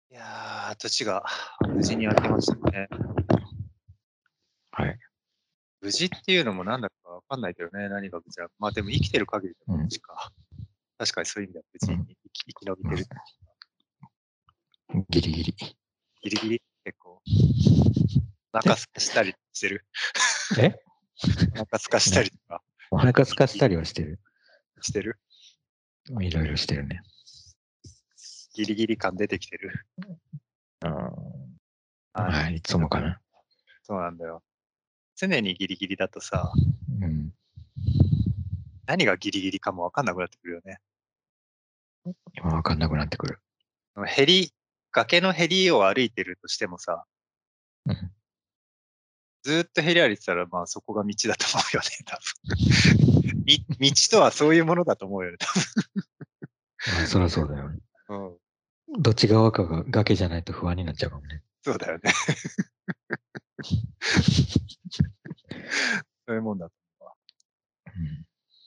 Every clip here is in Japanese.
いやー、年が無事に明けましたね。 はい。 無事っていうのもなんだかわかんないけどね、何が無事だ。まあでも生きてる限りでうん。 無事か。確かにそういう意味では無事に生き延びてる。 ギリギリ。 ギリギリ結構。お腹すかしたりしてる。 えお腹すかしたりとかお腹すかしたりはしてる。 してる。 いろいろしてるね。 ギリギリ感出てきてる。 まあ、いつもかな。 そうなんだよ。常にギリギリだとさ、 うん。 何がギリギリかもわかんなくなってくるよね。 今わかんなくなってくる。 崖のへりを歩いてるとしてもさ、 うん。 ずーっとへり歩いてたら、まあそこが道だと思うよね、多分。道とはそういうものだと思うよね、 まあ、そりゃそうだよね。 多分。うん。 どっち側かが崖じゃないと不安になっちゃうかもね。 そうだよね。そういうもんだと思うん、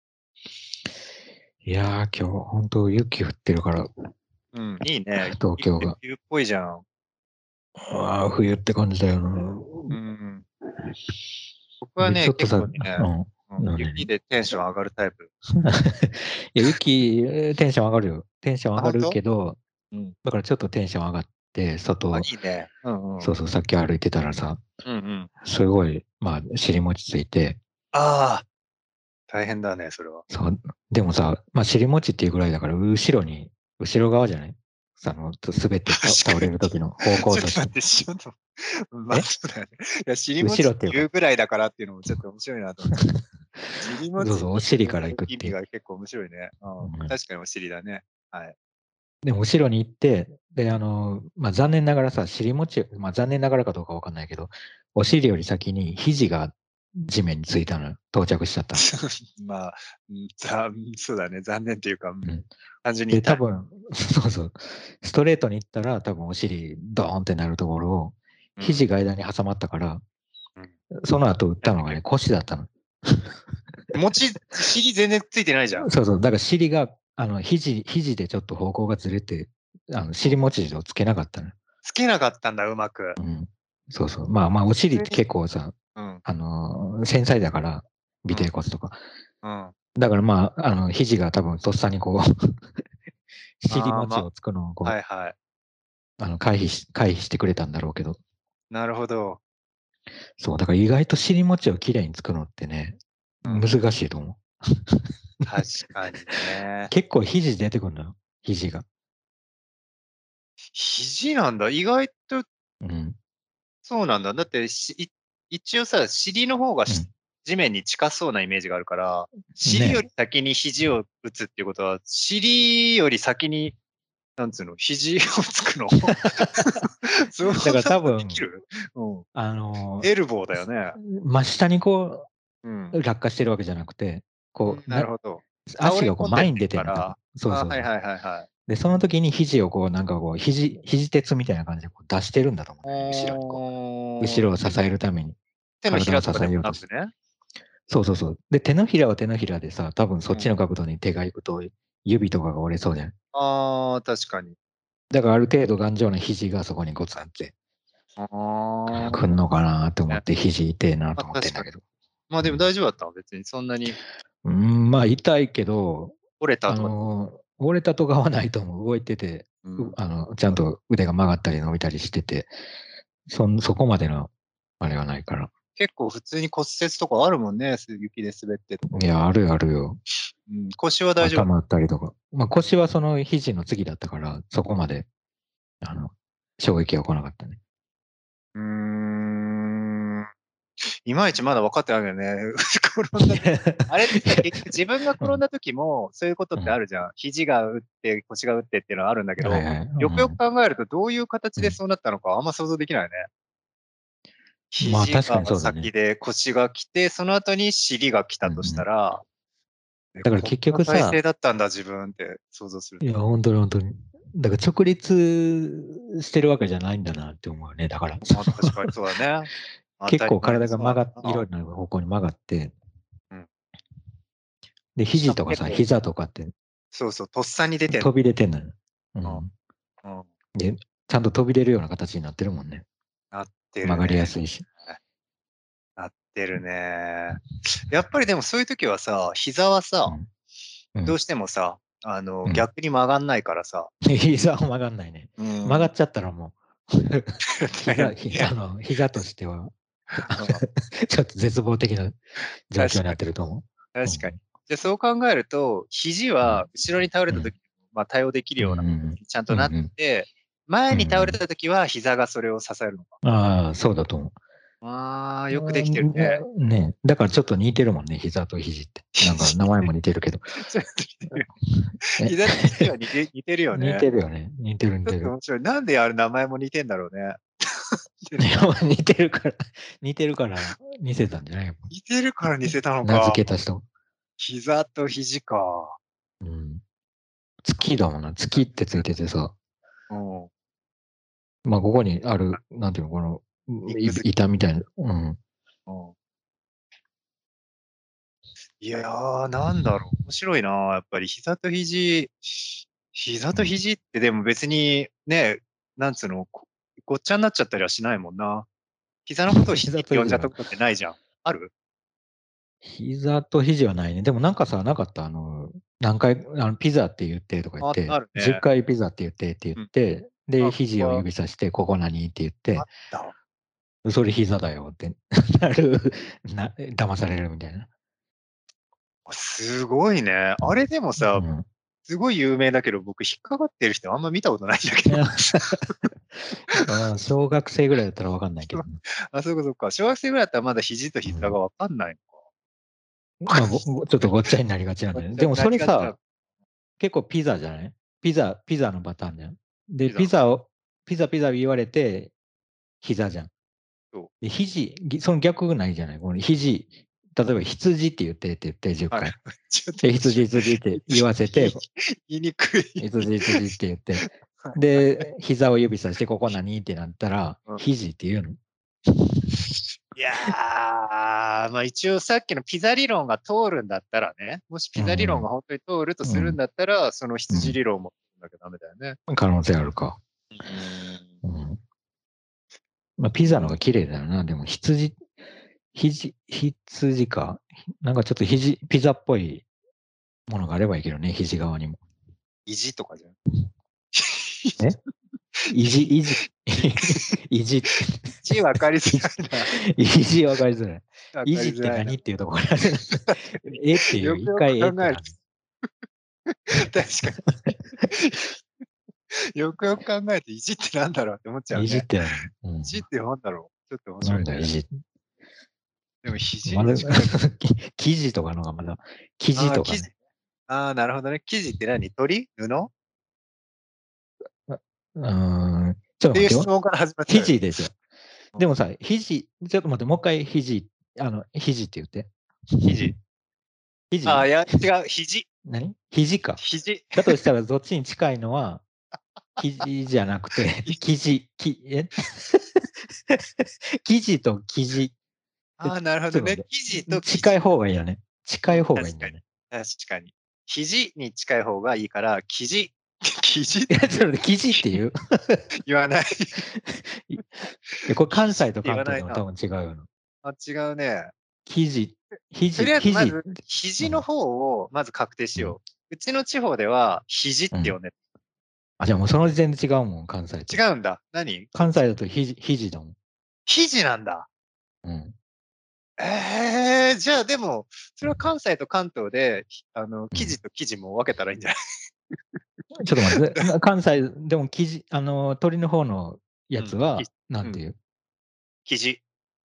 いやー、今日本当雪降ってるから、 うわ。うん、いいね。 東京が。 冬っぽいじゃん。 ああ、冬って感じだよな。 うん。僕はで、ちね、 ょっとさ、 結構ね、雪何でテンション上がるタイプ。 いや、雪、テンション上がるよ。テンション上あ、 がる本当？ けど、 うん。 だからちょっとテンション上がって、 あ、 外、 いいね。うんうん。 そうそう、さっき歩いてたらさ、 うんうん。 すごい、まあ、尻餅ついて、 ああ、大変だね、それは。 そう、でもさ、まあ、尻餅っていうぐらいだから、後ろ側じゃない滑って倒確かに。 れる時の方向として。 ちょっと待って、まあえそうだよね。いや、尻後餅ってろっていうか、 言うぐらいだからっていうのもちょっと面白いなと思って。尻そうそう、お餅って尻からいう行くっていう。 意味が結構面白いね。うん。 うん、 確かにお尻だね。はい。 でも後ろに行って、で、まあ、残念ながらさ、尻餅、まあ、残念ながらかどうかわかんないけど、お尻より先に肘が地面についたのよ。到着しちゃったの。 まあ、そうだね。残念っていうか、 うん。 単純にで、 痛い。 多分、そうそう、ストレートに行ったら多分お尻ドーンってなるところを、 うん。 肘が間に挟まったから、 うん。 その後打ったのがね、 痛いね結構。 腰だったの。 尻全然ついてないじゃん。 そうそう、だから尻が、肘でちょっと方向がずれて、尻餅をつけなかったの。 つけなかったんだ、うまく。 うん。そうそう。まあまあ、お尻って普通に。 結構さ、 うん。 繊細だから、尾ていうん。 骨とか。 うん。あだからまあ、肘が多分とっさにこう尻あ、 餅をつくのをこはいはい。 う、回避してくれたんだろうけど、 なるほど。 そう、だから意外と尻餅をきれいにつくのってね、 うん。 難しいと思う。 確かにね。 結構肘出てくるのよ、肘が。 肘なんだ。意外とうん。 そうなんだ。だって一応さ、尻の方がうん。 地面に近そうなイメージがあるから、尻よねり先に肘を打つっていうことは、尻より先に、なんつうの、肘をつくのそんなだから多ことでき分、 る？うん。 あのエルボーだよね。 真下にこうん。 う、落下してるわけじゃなくて、 うん、なるほど。倒れ足がこう前に込んでってる出てんね、多分。 から、あ、 そうそうそう。 はいはいはいはい。 で、その時に肘をこう、なんかこう、肘鉄みたいな感じでこう出してるんだと思うね。後ろにこう。後ろを支えるために、 手のひ体を支らとかでもえようとして。 なくね。 そうそうそう。で、手のひらは手のひらでさ、多分そっちうん。 の角度に手が行くと、指とかが折れそうじゃん。 ああ、確かに。 だからある程度頑丈な肘がそこにゴツンってああ、 くんのかなって思っね。 て、肘痛えなまあと思ってん確かに。 だけど。 まあでも大丈夫だったの別にそんなにまあ痛いけど、 折れたとか。 折れたとかはないと思う。動いてて、 うん。 ちゃんと腕が曲がったり伸びたりしてて、そこまでの、あれはないから。 結構普通に骨折とかあるもんね。雪で滑ってとか。 いや、あるあるよ。 うん。腰は大丈夫。 頭打ったりとか。まあ腰はその肘の次だったから、そこまで、あの、衝撃は来なかったね。 うーん。いまいちまだ分かってないよね。転んだ時。あれってさ、結局自分がうん。 転んだ時もそういうことってあうん。 るじゃん。肘が打って、腰が打ってっていうのはあるんだけど、 はいはい。うよくよくん。 考えるとどういう形うん。 でそうなったのかあんま想像できないよね。 まあ確か肘がにそうだね。 先で腰が来て、その後に尻が来たとしたうんうん。 ら、こんだから結な体勢局さ、 だったんだ自分って想像すると。 いや、本当に本当に。だから直立してるわけじゃないんだなって思うよね。だから、 まあ確かにそうだね。当結たり前に構体がそうなんだいろな。 いろな方向に曲がって、 うん。 で、 しか肘とかさ、 も結構、 膝とかってそうそう、とっさに出てんの。 飛び出てんのよ。ううん。 ん。 うん。 で、 ちゃんと飛び出るような形になってるもんね。 なってる曲がりね。 やすいし。 なってるね。やっぱりでもそういう時はさ、膝はさ、どうしてもさ、逆に曲がんないからさ。 膝は曲がんないね。曲がっちゃったらもう、膝としては、ちょっと絶望的な状況になってると思う。 確かに。じゃあそう考えると、肘は後ろに倒れた時に対応できるような、ちゃんとなってて、前に倒れた時は膝がそれを支えるのか。 ああ、そうだと思う。 ああ、よくできてるね。 ね、だからちょっと似てるもんね、膝と肘って。なんか名前も似てるけど。 ちょっと似てる。膝と肘は似てるよね。 似てるよね。似てる似てる。 面白い。なんであれ名前も似てんだろうね。 似てるから似せたんじゃない？ 似てるから似せたのか。 名付けた人。 膝と肘か。 うん。月だもんな。月ってついててさ。 うん。 まあ、ここにある、なんていうの、この、板みたいな。うん。 いやー、なんだろう。面白いな。やっぱり膝と肘ってでも別にね、なんつうの、ごっちゃになっちゃったりはしないもんな。膝のことを肘って呼んじゃったことってないじゃん。ある？ 膝と肘はないね。でもなんかさ、なかった何回、ピザって言ってとか言って、 あるね。 10回ピザって言って、で、肘を指さして、ここ何って言って、それ膝だよってなる、騙されるみたいな。 すごいね。あれでもさ、すごい有名だけど、僕引っかかってる人あんま見たことないんだけど。 小学生ぐらいだったらわかんないけど、ね。 あ、そうかそうか。小学生ぐらいだったらまだ肘と膝がわかんないのか。まあ、ちょっとごっちゃになりがちなんだよね。でもそれさ、結構ピザじゃない？ピザのパターンじゃん。で、ピザ言われて、膝じゃん。で、その逆がないじゃない。この肘、例えば羊って言って10回。で、羊って言わせて、 言いにくい。 羊って言って、で、膝を指さして、ここ何ってなったら、肘って言うの？ いやー、まあ一応さっきのピザ理論が通るんだったらね、もしピザ理論が本当に通るとするんだったら、その羊理論もなきゃダメだよね。 可能性あるか。まあ、ピザの方が綺麗だよな。でも羊か。なんかちょっとピザっぽいものがあればいいけどね、肘側にも。 意地とかじゃん。 え意地意地分かりづらいな。 意地分かりづらい。意地って何っていうところえっていう、一回えってなる。 確かに。よくよく考えて、意地ってなんだろうって思っちゃうね。 意地って何？意地ってなんだろう？ちょっと面白いね。 なんだ、意地。 でも肘まだ生地とかのがまだ、生地とかね。 ああ、なるほどね。生地って何？鳥？布？ ちょっと待ってよ。 から始まっちゃう。 肘でしょ。でもさ、ちょっと待って、もう一回肘って言って。 肘。ああ、いや、違う、肘。 何？肘か。 肘。 だとしたら、どっちに近いのは、肘じゃなくて、生地と生地。 ああ、なるほどね。生地と生地。 近い方がいいよね。近い方がいいんだよね。 確かに。肘に近い方がいいから、生地。生地生地って言う？ 言わない。 これ関西と関東でも多分違うよな。 あ、違うね。 肘。 とりあえずまず、肘の方をまず確定しよう。うちの地方では、肘って呼んでる。 あ、じゃあもうその時点で違うもん、関西と。 違うんだ。何？ 関西だと肘だもん。 肘なんだ。じゃあでも、それは関西と関東で、生地と生地も分けたらいいんじゃない？ ちょっと待って、関西、でも生地、鳥の方のやつは、なんていう？ 生地。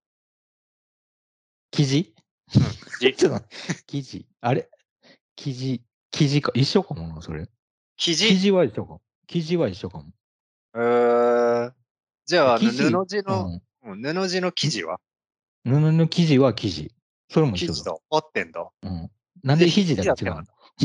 生地？ちょっと待って、生地。あれ？生地か。一緒かもな、それ。生地は一緒かも。生地は一緒かも。 じゃあ、布地の生地は？ 布の生地は生地。それも一緒だ。 合ってんだ。 なんで肘だけ違うの？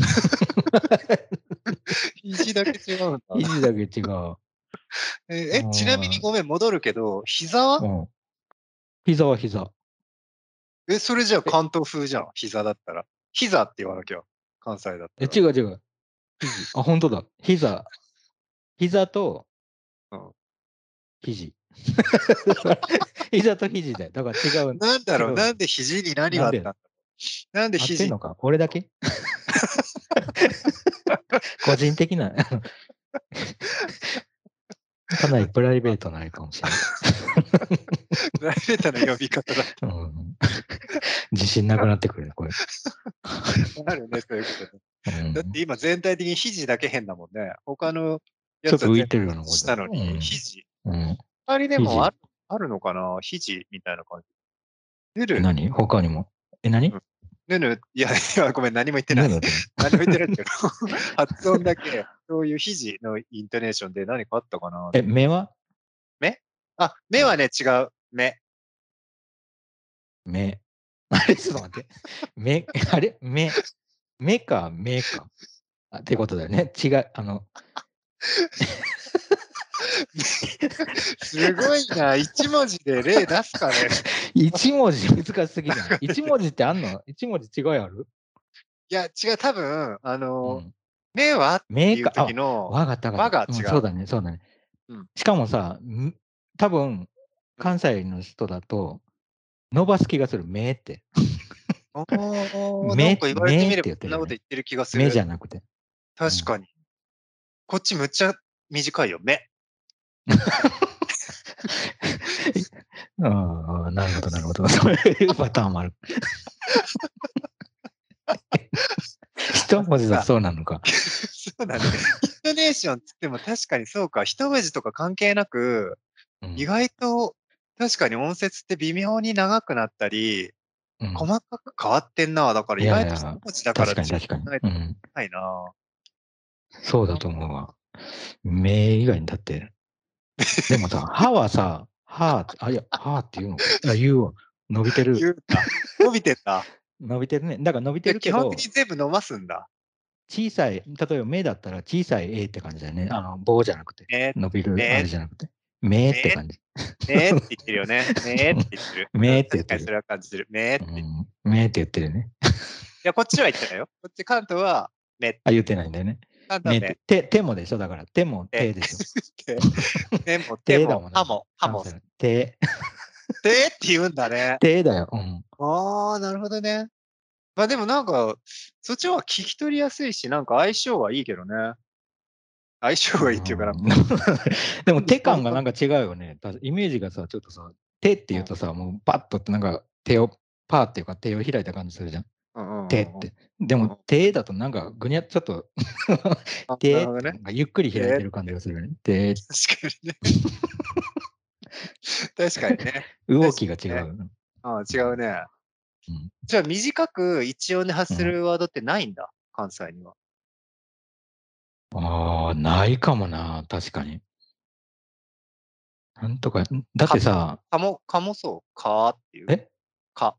肘だけ違うんだ。 肘だけ違う。 ちなみにごめん、戻るけど、膝は？ 膝は膝。 それじゃあ関東風じゃん、膝だったら。膝って言わなきゃ、関西だったら。 違う。あ、本当だ。膝と、 肘。膝と肘だよ。だから違う。 なんだろう、 違うなんで肘に何があったんだろう。なんで肘合ってんのか俺だけ個人的な、かなりプライベートなあれかもしれない。 プライベートな呼び方だっうん、自信なくなってくるね、これ。 た。あるね、そういうことで。 うんだって今全体的に肘だけ変だもんね。他のちょっと浮やつは全いてるような部下のに、 うん肘。 うん。 二人でも肘あるのかな肘みたいな感じ。ヌル、 何他にも。何うんヌヌ、いや、ごめん、何も言ってない。 ヌヌって何も言ってないけど、発音だけ、そういう肘のイントネーションで何かあったかな。 目は目あ、目はね、違う。目。 目。あれ、ちょっと待って。目、あれ目か、目か。ってことだよね。違う、 すごいな。一文字で例出すかね。 一文字難しすぎない。一文字ってあんの一文字違いあるいや、違う、多分、 うん。 目はっていう目か、 時のわかったわかった。うん、 和が違う。 そうだね、そうだね。 うん。 しかもさ、多分、関西の人だと、伸ばす気がする、目って。 ああ、なんか目、 言われて目ってみればそんな言ってるよね。 こと言ってる気がす目じる。 ゃなくて。うん確かに。こっちむっちゃ短いよ、目。 ああ、なるほど、なるほど。そういうパターンもある。一文字だとそうなのか。 そうだね。イントネーションつっても確かにそうか。一文字とか関係なく、 うん意外と確かに音節って微妙に長くなったり、 うん細かく変わってんな。だからい意外と一やいや、 文字だから確かに確かに。 ないとうん。 ないな。 そうだと思うわ。目以外にだって。でもさ、歯はさ、歯って、いや、歯って言うのか。言うわ。伸びてる。 言うか。伸びてた。 伸びてるね。だから伸びていや、基本るけど、 的に全部伸ばすんだ。 小さい、例えば目だったら小さい A って感じだよね。棒じゃなくて。 ね、 伸びるあれね、 じゃなくて。目ってね、 感じ。 ねって言ってるよね。ねって言ってる。うん、 目って言ってる。 確かにそれは感じる。ねって言ってる。い目って言ってるね。 や、こっちは言ってないよ。こっち関東は、め。 言ってないんだよね。 関東はめ。 手もでしょだから、手も手でしょ。 手も、手も、 手だもんね。 歯も、歯も。 関西の手。 手って言うんだね。 手だよ。うん。 ああ、なるほどね。まあでもなんか、そっちは聞き取りやすいし、なんか相性はいいけどね。相性がいいっていうかなんか、 でも手感がなんか違うよね。イメージがさ、ちょっとさ、手って言うとさ、もうパッとってなんか手を、パーっていうか手を開いた感じするじゃん。 うんうんうんうん。 手って。でも手だとなんかぐにゃっちょっとあ、な手るほどね。 ってなんかゆっくり開いてる感じがするよね。手、 確かにね。確かにね。 動きが違うね。 よね。 ああ、違うね。 うん。 じゃあ短く一音で発すうんるワードってないんだ、関西には。 ああ、ないかもな、確かに。なんとか、だってさ、 かもそう。かーっていう。 えか。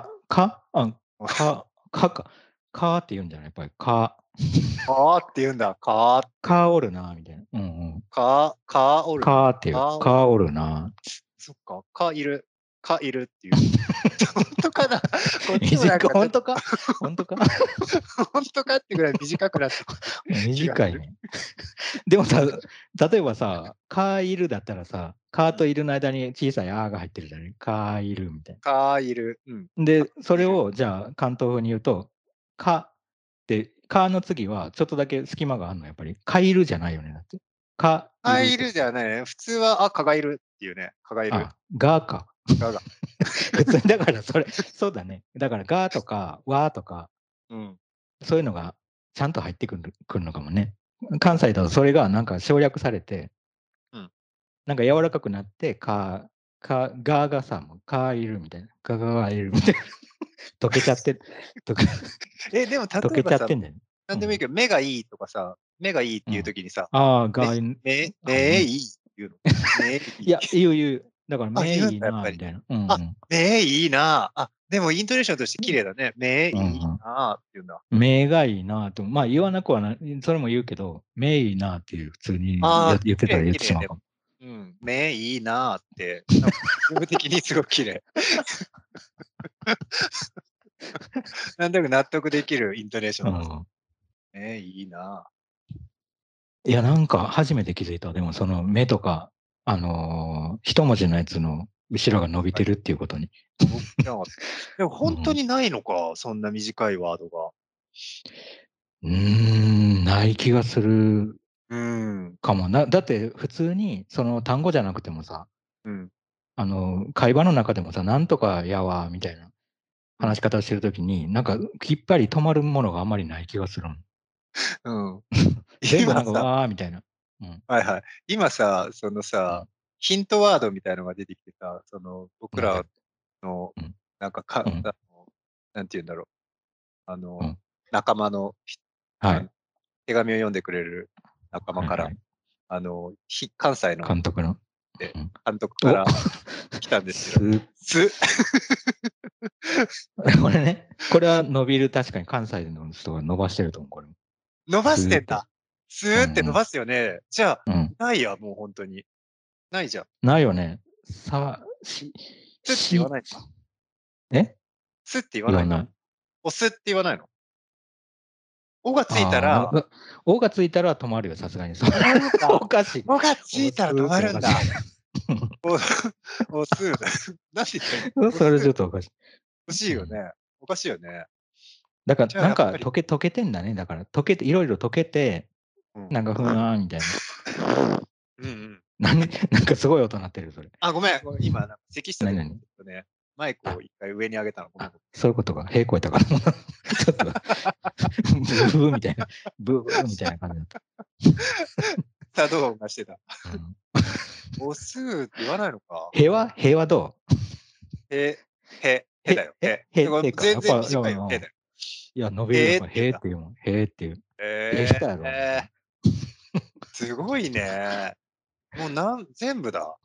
かって言うんじゃないやっぱり、 かーって言うんだ。かー。 かおるな、みたいな。うんうん。 かーおるな。 かっていう、 かーおる。 かおるな。 そっか。かいる。かいるっていう。本当かなこっちもなんか本当か本当か本当かってぐらい短くなって短いね。でもさ、例えばさ、かいるだったらさ、かといるの間に小さいあが入ってるじゃないかいるみたいかいる。うん。 な。で、それいる。 をじゃあ関東風に言うと、かって、かの次はちょっとだけ隙間があるの、やっぱり。かいるじゃないよね、だって。かいるって。 かいるじゃないね。普通は、蚊がいるっていうね。蚊がいる。 がか。 がが。 普通だからそうだね。だからがとかわとか、 うん。 そういうのがちゃんと入ってくるのかもね。関西だとそれがなんか省略されて、 うん。 なんか柔らかくなって、ががさ、もうかいるみたいな。がいるみたいな。溶けちゃってる。 でも溶例えばさ、 けちゃってんだよね。 なんでもいいけど、目がいいとかさ、目がいいっていう時にさ、 ああ、 目いいっていうの。目いい。 いや、言う。だから、目言うんだ、やっいいな、 ぱり。 みたいな。 目いいな。でもイントネーションとして綺麗だね。目いいなっていうんだ。 目がいいなと。まあ、言わなくはない。それも言うけど、目いいなっていう、普通に言ってたら言ってしまうかも。 うん。目いいなって、なんか、自分的にすごく綺麗。なんとなく納得できるイントネーションだ。いいな。 いや、なんか初めて気づいた。でも、その目とか、 一文字のやつの後ろが伸びてるっていうことに。 僕知らなかった。でも本当にないのか、そんな短いワードが。 ない気がするうん。 かもな。だって普通にその単語じゃなくてもさ、 うん。 会話の中でもさ、なんとかやわみたいな話し方をしてるときに、なんかきっぱり止まるものがあんまりない気がするの。 うん。 全部なんか今さ、 わーみたいな。 はいはい。今さ、そのうさ、 ん。 ヒントワードみたいのが出てきてさ、その、僕らなんて。 の、 うん。 なんかうん。 なんて言うんだろう。あの、 うん。 仲間の、 はい。 手紙を読んでくれる仲間から、 はいはい。 関西の監督の。うん、 監督から来たんですけど、す、 これね、これは伸びる、確かに関西の人が伸ばしてると思う、これも。 伸ばスーって。 してんだ。スーって伸ばすよね。じゃあ、 うん。 ないや、もう本当に。ないじゃん。 ないよね。さ、し、 スって言わし、 ないんだ。 えスって言わないんだ。 言わない。 おすって言わないの。おがついたああ、 ら、 おがついたら止まるよ、さすがに。 止まるんだ。 おかしい。 おがつおいたら止すっておかしまるんだ。お、おす。何言ってんのい。 おす。 それちょっとおかしい。 欲しいうん、 よね。おかしいよね。 だから、 じゃあ、 なんやっぱり、 か溶けてんだね。だから、溶けて、いろいろ溶けて、 うん。 なんかふわーみたいな。 うんうん。 なんかすごい音鳴ってる、それ。 あ、ごめん。今、なんか咳した時に、ち何々 ょっとね、マイクを一回上に上げたの。ごめん。 そういうことが、平行やったから、ちょっと、ブーみたいな、ブーみたいな感じだった。 さあ、どう音がしてた。 うん、 おすーって言わないのか。 平和どうへだよ。へ。 へか。や全っぱ、いや、 然短いよ。へだよ。 いや伸びる、やっぱ、 へーって言うんだ。 へっていうもん。へっていう。できえたやろ、みたいな。 すごいね。もう全部だ。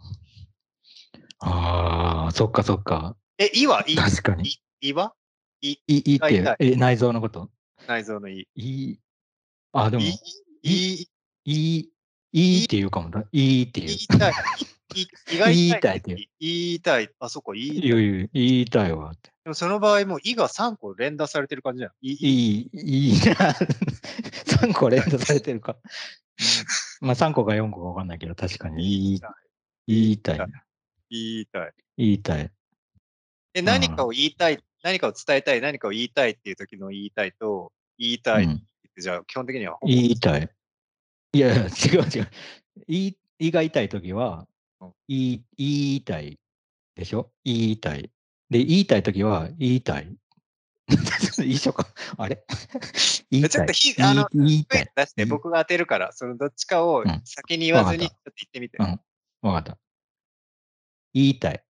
ああ、そっかそっか。 いはい確かに。 いはいいいっていう、 が痛い。 内臓のこと。 内臓のい。 いい、あ、でい、 も、い、 い、 いい、いいっていうかもな。いいっていう。 言いたい。胃が痛いって言いたいっていう。 言いたい。あ、そこ言いたい。 言いたいわって。 でもその場合もう胃が3個連打されてる感じじゃん。 いいな。3個連痛い。 打されてるか。まあ3個か4個かわかんないけど、確かに言い言いたいたい。 な。 言いたい。 言いたい。 何かうん。 を言いたい、何かを伝えたい、何かを言いたいっていう時の言いたいと、言いたいっうん。 て、じゃあ基本的にはほぼ、 言いたい。いやいや、違う違う。胃が痛いときは、 うん、 言いたいでしょ言いたい。で、言いたいときは、言いたい。一緒か。あれ言いちょっとたい。言いクイたい。 ズ出して僕が当てるから、そのどっちかをうん。 先に言わずに、ちわかった。 ょっと言ってみて。 うん。わかった。言いたい。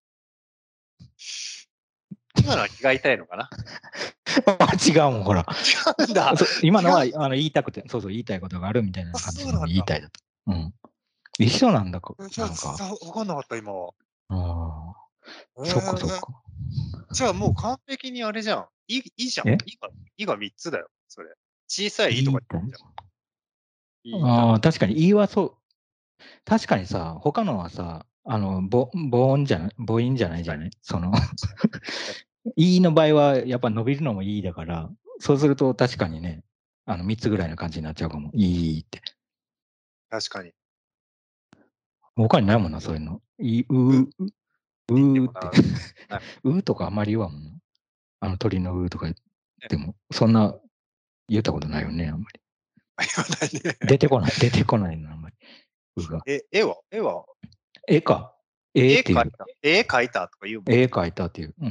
今のは気が痛いのかな。 違うもん、ほら。 違うんだ。 今のは違うんだ。 言いたくて、そうそう、言いたいことがあるみたいなあ、 感じのそうなんだ。 言いたいだと。うん。一緒なんだか、 じゃあ、 なんか。 わかんなかった、今は。 ああ、 えそっかそっー、 か。 じゃあもう完璧にあれじゃん。いいじゃん。 えいが3つだよ。それ。小さいいとか言いたい。 言ってんじゃん。いいたい。 ああ、確かに言いはそう。確かにさ、他のはさ、母音じゃないじゃないその、いいの場合は、やっぱ伸びるのもいいだから、そうすると確かにね、3つぐらいの感じになっちゃうかも。いいって。 確かに。 他にないもんな、そういうの。 うって言ってもうーって。 ない。 うーとかあんまり言わんもんな。鳥のうーとか言っね、 ても、そんな言ったことないよね、あんまり。 言わないね。 出てこないの、あんまり。うが。 絵は絵か。っていう。 絵描いたとか言うもん。 絵描いたっていう。うんうん。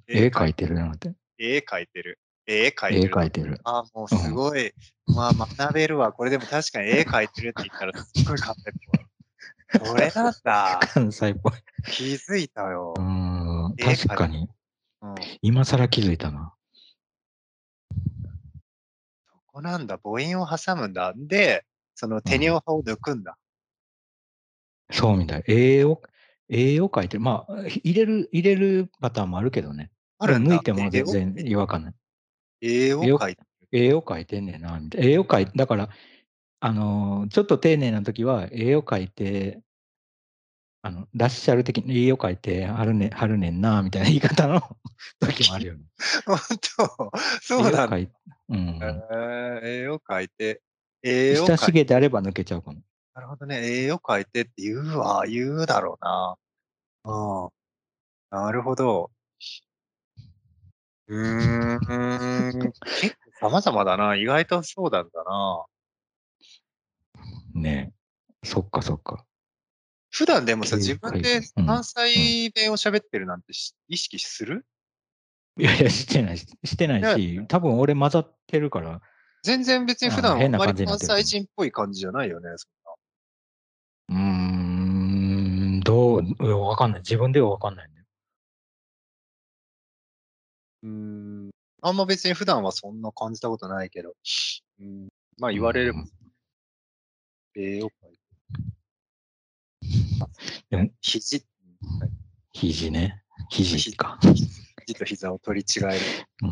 絵描い、 絵描いてるなって。 絵描いてる。絵描い絵てると。 描いてる。 あ、もううん。 すごい。まあ、学べるわ。これでも確かに絵描いてるって言ったらすっごい簡単にわ。それなんだ。 関西っぽい。 気づいたうよ。 ーん。 絵描いて確かに。 る。うん。 今更気づいたな。 そこなんだ。母音を挟むんだ。で、そのうん。 手にオハを抜くんだ。 そうみたい。絵を描いてる。まあ、入れるパターンもあるけどね。でもあるんだ。 抜いても全然違和感ない。 絵を絵を、 描いてる。 絵を描いてんねんな、みたいな。絵を描いて、だから、ちょっと丁寧な時は、絵を描いて、ラッシャル的に絵を描いてはるねんな、みたいな言い方の時もあるよね。 本当、そうなんだ。 絵を描いて、うん。 絵を描いて、絵を描いて、 親しげであれば抜けちゃうかも。 なるほどね。絵を描いてって言うだろうな。うん。なるほど。結構様々だな。意外とそうなんだな。 ねえ。そっかそっか。 普段でもさ、自警分で戒うん。 関うん。 西弁を喋ってるなんて意識する？ いやいや、してないね、 し、多分俺混ざってるから、 全然別に普段あんまり変な感じになってると思関西人っぽい感じじゃないよね、そんな。 う。わかんない。自分ではわかんないんだよ。 うーん。あんま別に普段はそんな感じたことないけど。うん。まあう言われれば、 ん。 絵を描いて、 でも、 肘、はい、 肘ね。肘ひか。 肘と膝を取り違える。 うんうん。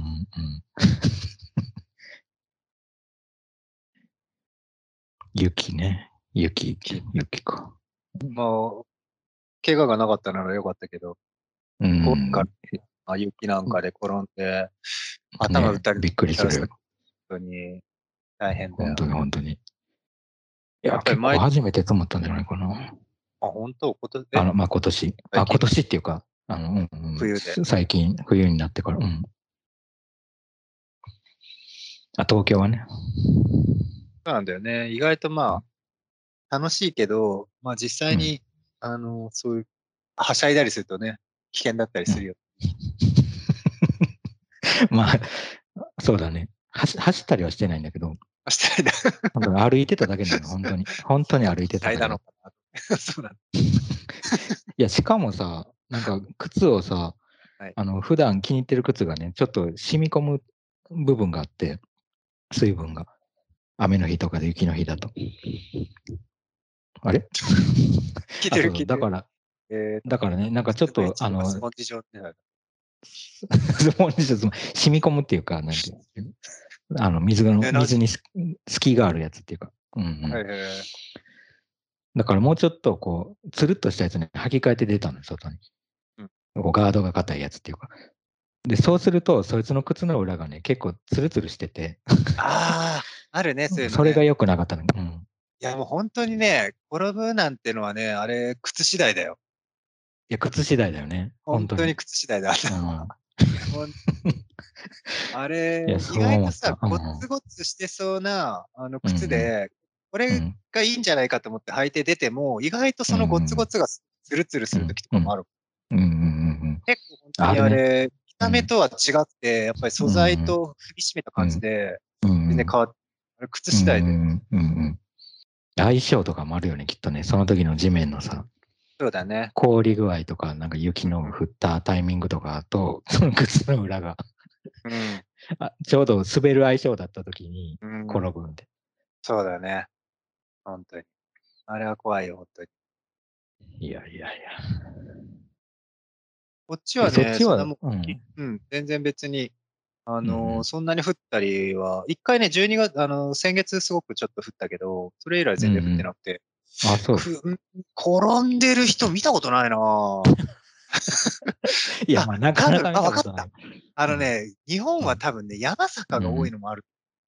雪ね。雪か。 まあ、怪我がなかったならよかったけど、 うこうかん。 ら雪なんかで転んで、頭打っね、 たりびっくりしたらさ、 するよ。 本当に大変だよ。 本当に本当に。いや、 やっぱり結構初めて積もったんじゃないかな。 本当、 まあ、今年。今最近年っていうか、 冬で。 最近、冬になってから。うん。東京はね。 そうなんだよね。意外とまあ、楽しいけど、まあ実うん。 際に、そういう、はしゃいだりするとね、危険だったりうん。 するよ。 まあ、そうだね。走ったりはしてないんだけど、 はしゃいだ、 本当に歩いてただけなの、本当に。本当に歩いてはしゃいただけだ。 だのかな。そうなんだ。 いや、しかもさ、なんか靴をさ、 はい。 普段気に入ってる靴がね、ちょっと染み込む部分があって、水分が。雨の日とかで雪の日だと。あれ聞いてそうそう。 る聞いてる。えだからね、なんかちょっと、 すぐエッジとかスポンジ状ってなる。 スポンジ染み込むっていうか、なんていうの水に隙があるやつっていうか。うんうん。 はい。 だからもうちょっとこう、つるっとしたやつに履き替えて出たのよ、外に。 うん。 こうガードが硬いやつっていうか。で、そうすると、そいつの靴の裏がね、結構ツルツルしてて、 ああ、あるね、そういうのね。 それが良くなかったの。うん。 いや、もう本当にね、転ぶなんてのはね、あれ、靴次第だよ。 いや、靴次第だよね。本本当に当に。 靴次第だ。 うん。 ほんあいや、 れ、意そう外とさ、 思った。うん。 ゴツゴツしてそうな、 うんうん。 靴で、これうん。 がいいんじゃないかと思って履いて出ても、意外とうんうそのゴツゴん。 ツがツルツルするうんうん。 時とかもある。 うんうんうんうん。 結構本当にあるね。 あれ、見た目うん。 とは違って、やっぱり素うん。 材と踏み締めた感じうん。 で、 うん。 全然変わって、あれ靴うん。 次第で。 うん。相性とかもあるよね、きっとね。その時の地面のさ、 そうだね。 氷具合とか、なんか雪のうん降ったタイミングとかと、その靴の裏がうん。 ちょうど滑る相性だった時にうん。うん。 転ぶんで。 そうだね。本当に。あれは怖いよ、本当に。 いやいやいや。 こっちはそっね、 ちは、 そんなもう、 うん。 全然別に、 うんうん。 そんなに降ったりは、一回ね、12月、先月すごくちょっと降ったけど、それ以来全然降ってうんなくて、 うん。あ、そう。 転んでる人見たことないなぁ。 いや、まあ、なかなか見わかった。 たことない。うん。 日本うん。 は多分ね、山坂が多いうん。 のもある。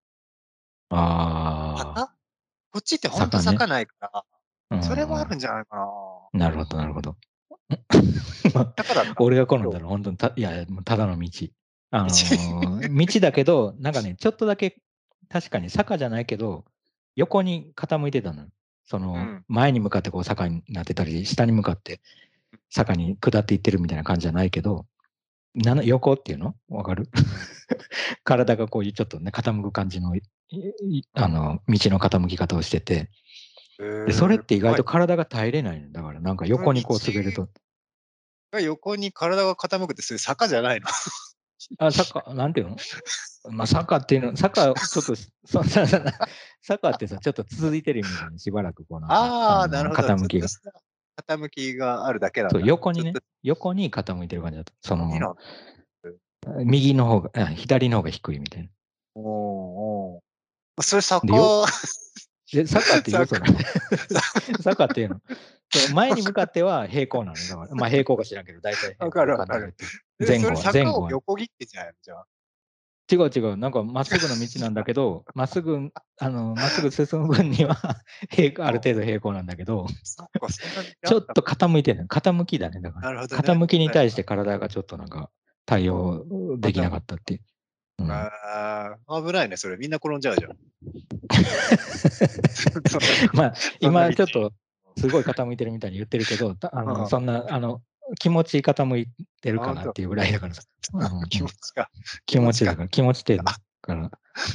あ坂こっちってあ、 ほんと坂ね。 坂ないから、 うそれもあん。 るんじゃないかな。 なるほど、なるほど。 坂だった。 俺が転ん今日。 だら本当にいや、もうただの道。 道。 道だけど、なんかね、ちょっとだけ、確かに坂じゃないけど、横に傾いてたのよ。 うん。 前に向かってこう坂になってたり、下に向かって坂に下っていってるみたいな感じじゃないけど、横っていうのわかる？ うん。 体がこういうちょっとね、傾く感じの、 うん。 道の傾き方をしてて、で、それって意外怖い。 と体が耐えれないの。だからなんかその道横にこう滑ると、 が横に体が傾くってそういう坂じゃないの？ なんていうの？まあ、坂、ちょっと、坂ってさ、ちょっと続いてるイメージね、しばらくこうなんか、 ああ、なるほど。ち傾きが。 ょっとした傾きがあるだけなんそう、 だ。ちょっと、 横に傾いてる感じだと。 いいな。 右の方が、左の方が低いみたいな。 おおおー。それで、 坂、 坂っていうそ坂、 れ。坂っていうの。前に向かっては平行なのよ。だから、まあ平行か知らんけど、大体わ平行なかるわかる。 感じで言って。 それ坂を前後は。 横切ってんじゃないのじゃあ。 違う違う。なんかまっすぐの道なんだけど、まっすぐ進む分にはある程度平行なんだけど、 そっか、そんな道ちょっとあったか。 傾いてる。傾きだね。だから。 なるほどね。 傾きに対して体がちょっとなんか対応できなかったっていう。 ああ、危ないね、それ。みんな転んじゃうじゃん。 まあ、 そんな道今ちょっとすごい傾いてるみたいに言ってるけど、 うんそんな、気持ち傾いてるあ、本当。 かなっていうぐらいだからさ。 気持ちか。 気持ちだか。 から、気持ち程度から。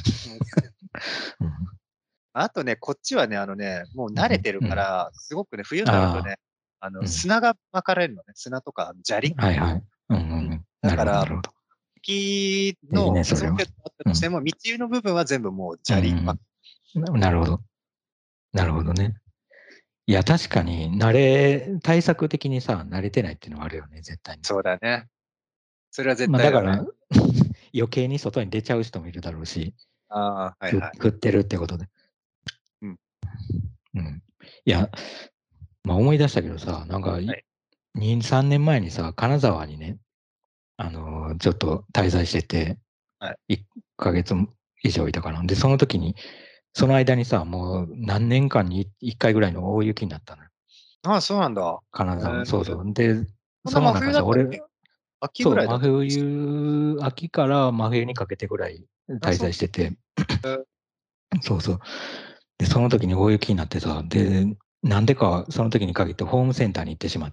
あとね、こっちはね、もう慣れてるから、すごくね、冬になるとね、砂が巻かれるのね。砂とか砂利。 はいはい。 だから、 なるほど。 木いいね、 のそれは。 沿ってあったとしても、道の部分は全部もう砂利。 なるほど。なるほどね。いや、確かに、対策的にさ、慣れてないっていうのはあるよね、絶対に。 そうだね。それは絶まあ、 対だね。 だから、余計に外に出ちゃう人もいるだろうし、 ああ、はいはい。 振ってるってことで。 うん。 いや、まあ思い出したけどさ、なんか、2、3年前にさ、金沢にね、ちょっと滞在してて、1ヶ月以上いたかな。で、その時に、その間にさ、もう何年間に1回ぐらいの大雪になったのよ。 ああ、そうなんだ。 金沢、そうそう。で、 こんな真冬その中さ、俺、 だったっけ？秋そう、 ぐらいだった。 秋から真冬にかけてぐらい滞在してて、そうそう。で、その時に大雪になってさ、で、なんでかその時に限ってホームセンターに行ってしまって、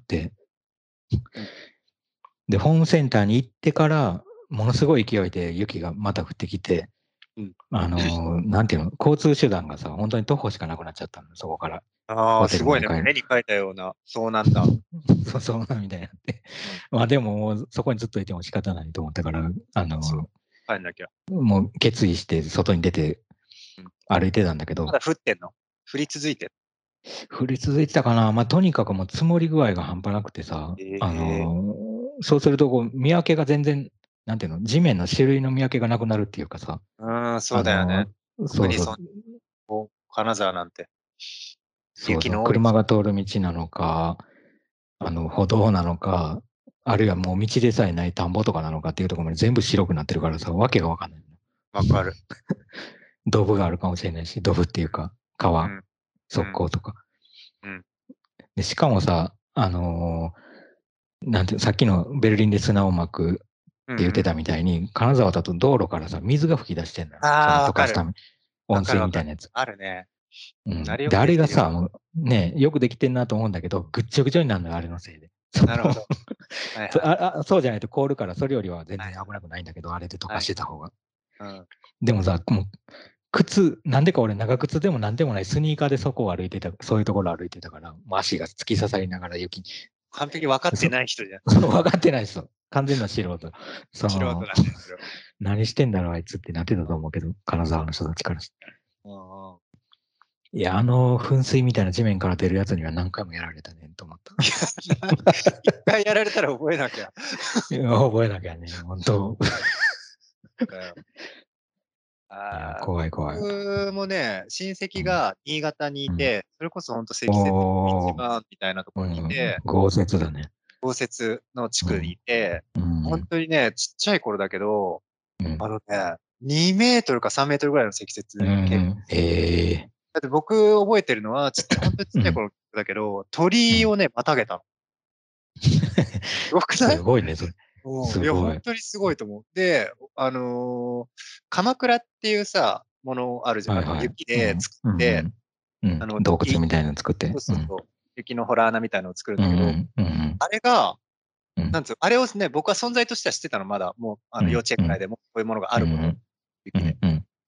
で、ホームセンターに行ってから、ものすごい勢いで雪がまた降ってきて、なんていうの、交通手段がさ、本当に徒歩しかなくなっちゃったの、そこから。 ああ、 ホテすごいね。 ルまで帰る。 絵に描いたような、そうなんだ。 そうなんみたいになって。まあでも、もうそこにずっといても仕方ないと思ったから、 帰んなきゃ。 もう決意して外に出て歩いてたんだけど、 まだ降ってんの？降り続いてる？ 降り続いてたかな。まあとにかくもう積もり具合が半端なくてさ、そうするとこう見分けが全然、なんていうの、地面の種類の見分けがなくなるっていうかさ、 そうだよね。 そうそう。 金沢なんて。 そうそう。車が通る道なのか、歩道なのか、あるいはもう道でさえない田んぼとかなのかっていうところまで全部白くなってるからさ、わけがわかんない。 わかる。 ドブがあるかもしれないし、ドブっていうか、川、側溝とか。でしかもさ、なんてさっきのベルリンで砂を巻くって言ってたみたいに、金沢だと道路からさ、水が噴き出してんのよ。溶かすため。温水みたいなやつ。 あるね。 で、あれがさ、ね、よくできてんなと思うんだけど、ぐっちょぐちょになるのよ、あれのせいで。 なるほど。 そうじゃないと凍るから、それよりは全然危なくないんだけど、あれで溶かしてた方が。でもさ、もう、なんでか俺長靴でもなんでもないスニーカーでそこを歩いてた、そういうところ歩いてたから、もう足が突き刺さりながら雪に。 完璧分かってない人じゃん。 分かってない人。完全な素人。 素人なんですよ。 何してんだろうあいつってなってたと思うけど、金沢の人たちからして。いや、噴水みたいな地面から出るやつには何回もやられたねと思った。 一回やられたら覚えなきゃ。 覚えなきゃね、本当。怖い怖い。 僕もね、親戚が新潟にいて、それこそ本当積雪一番みたいなところにいて、 豪雪だね。 豪雪の地区にいて、本当にね、ちっちゃい頃だけど、2メートルか3メートルぐらいの積雪。だって僕覚えてるのは、本当にちっちゃい頃だけど、鳥をね、またげたの。すごくない？ すごいね、それ。 いや、本当にすごいと思う。で、鎌倉っていうさ、ものあるじゃん。雪で作って、 洞窟みたいなの作って。 そう。雪のホラー穴みたいなのを作るんだけど、あれが、なんつう、あれをね、僕は存在としては知ってたの、まだ。もう、幼稚園くらいでも、こういうものがあること。雪で。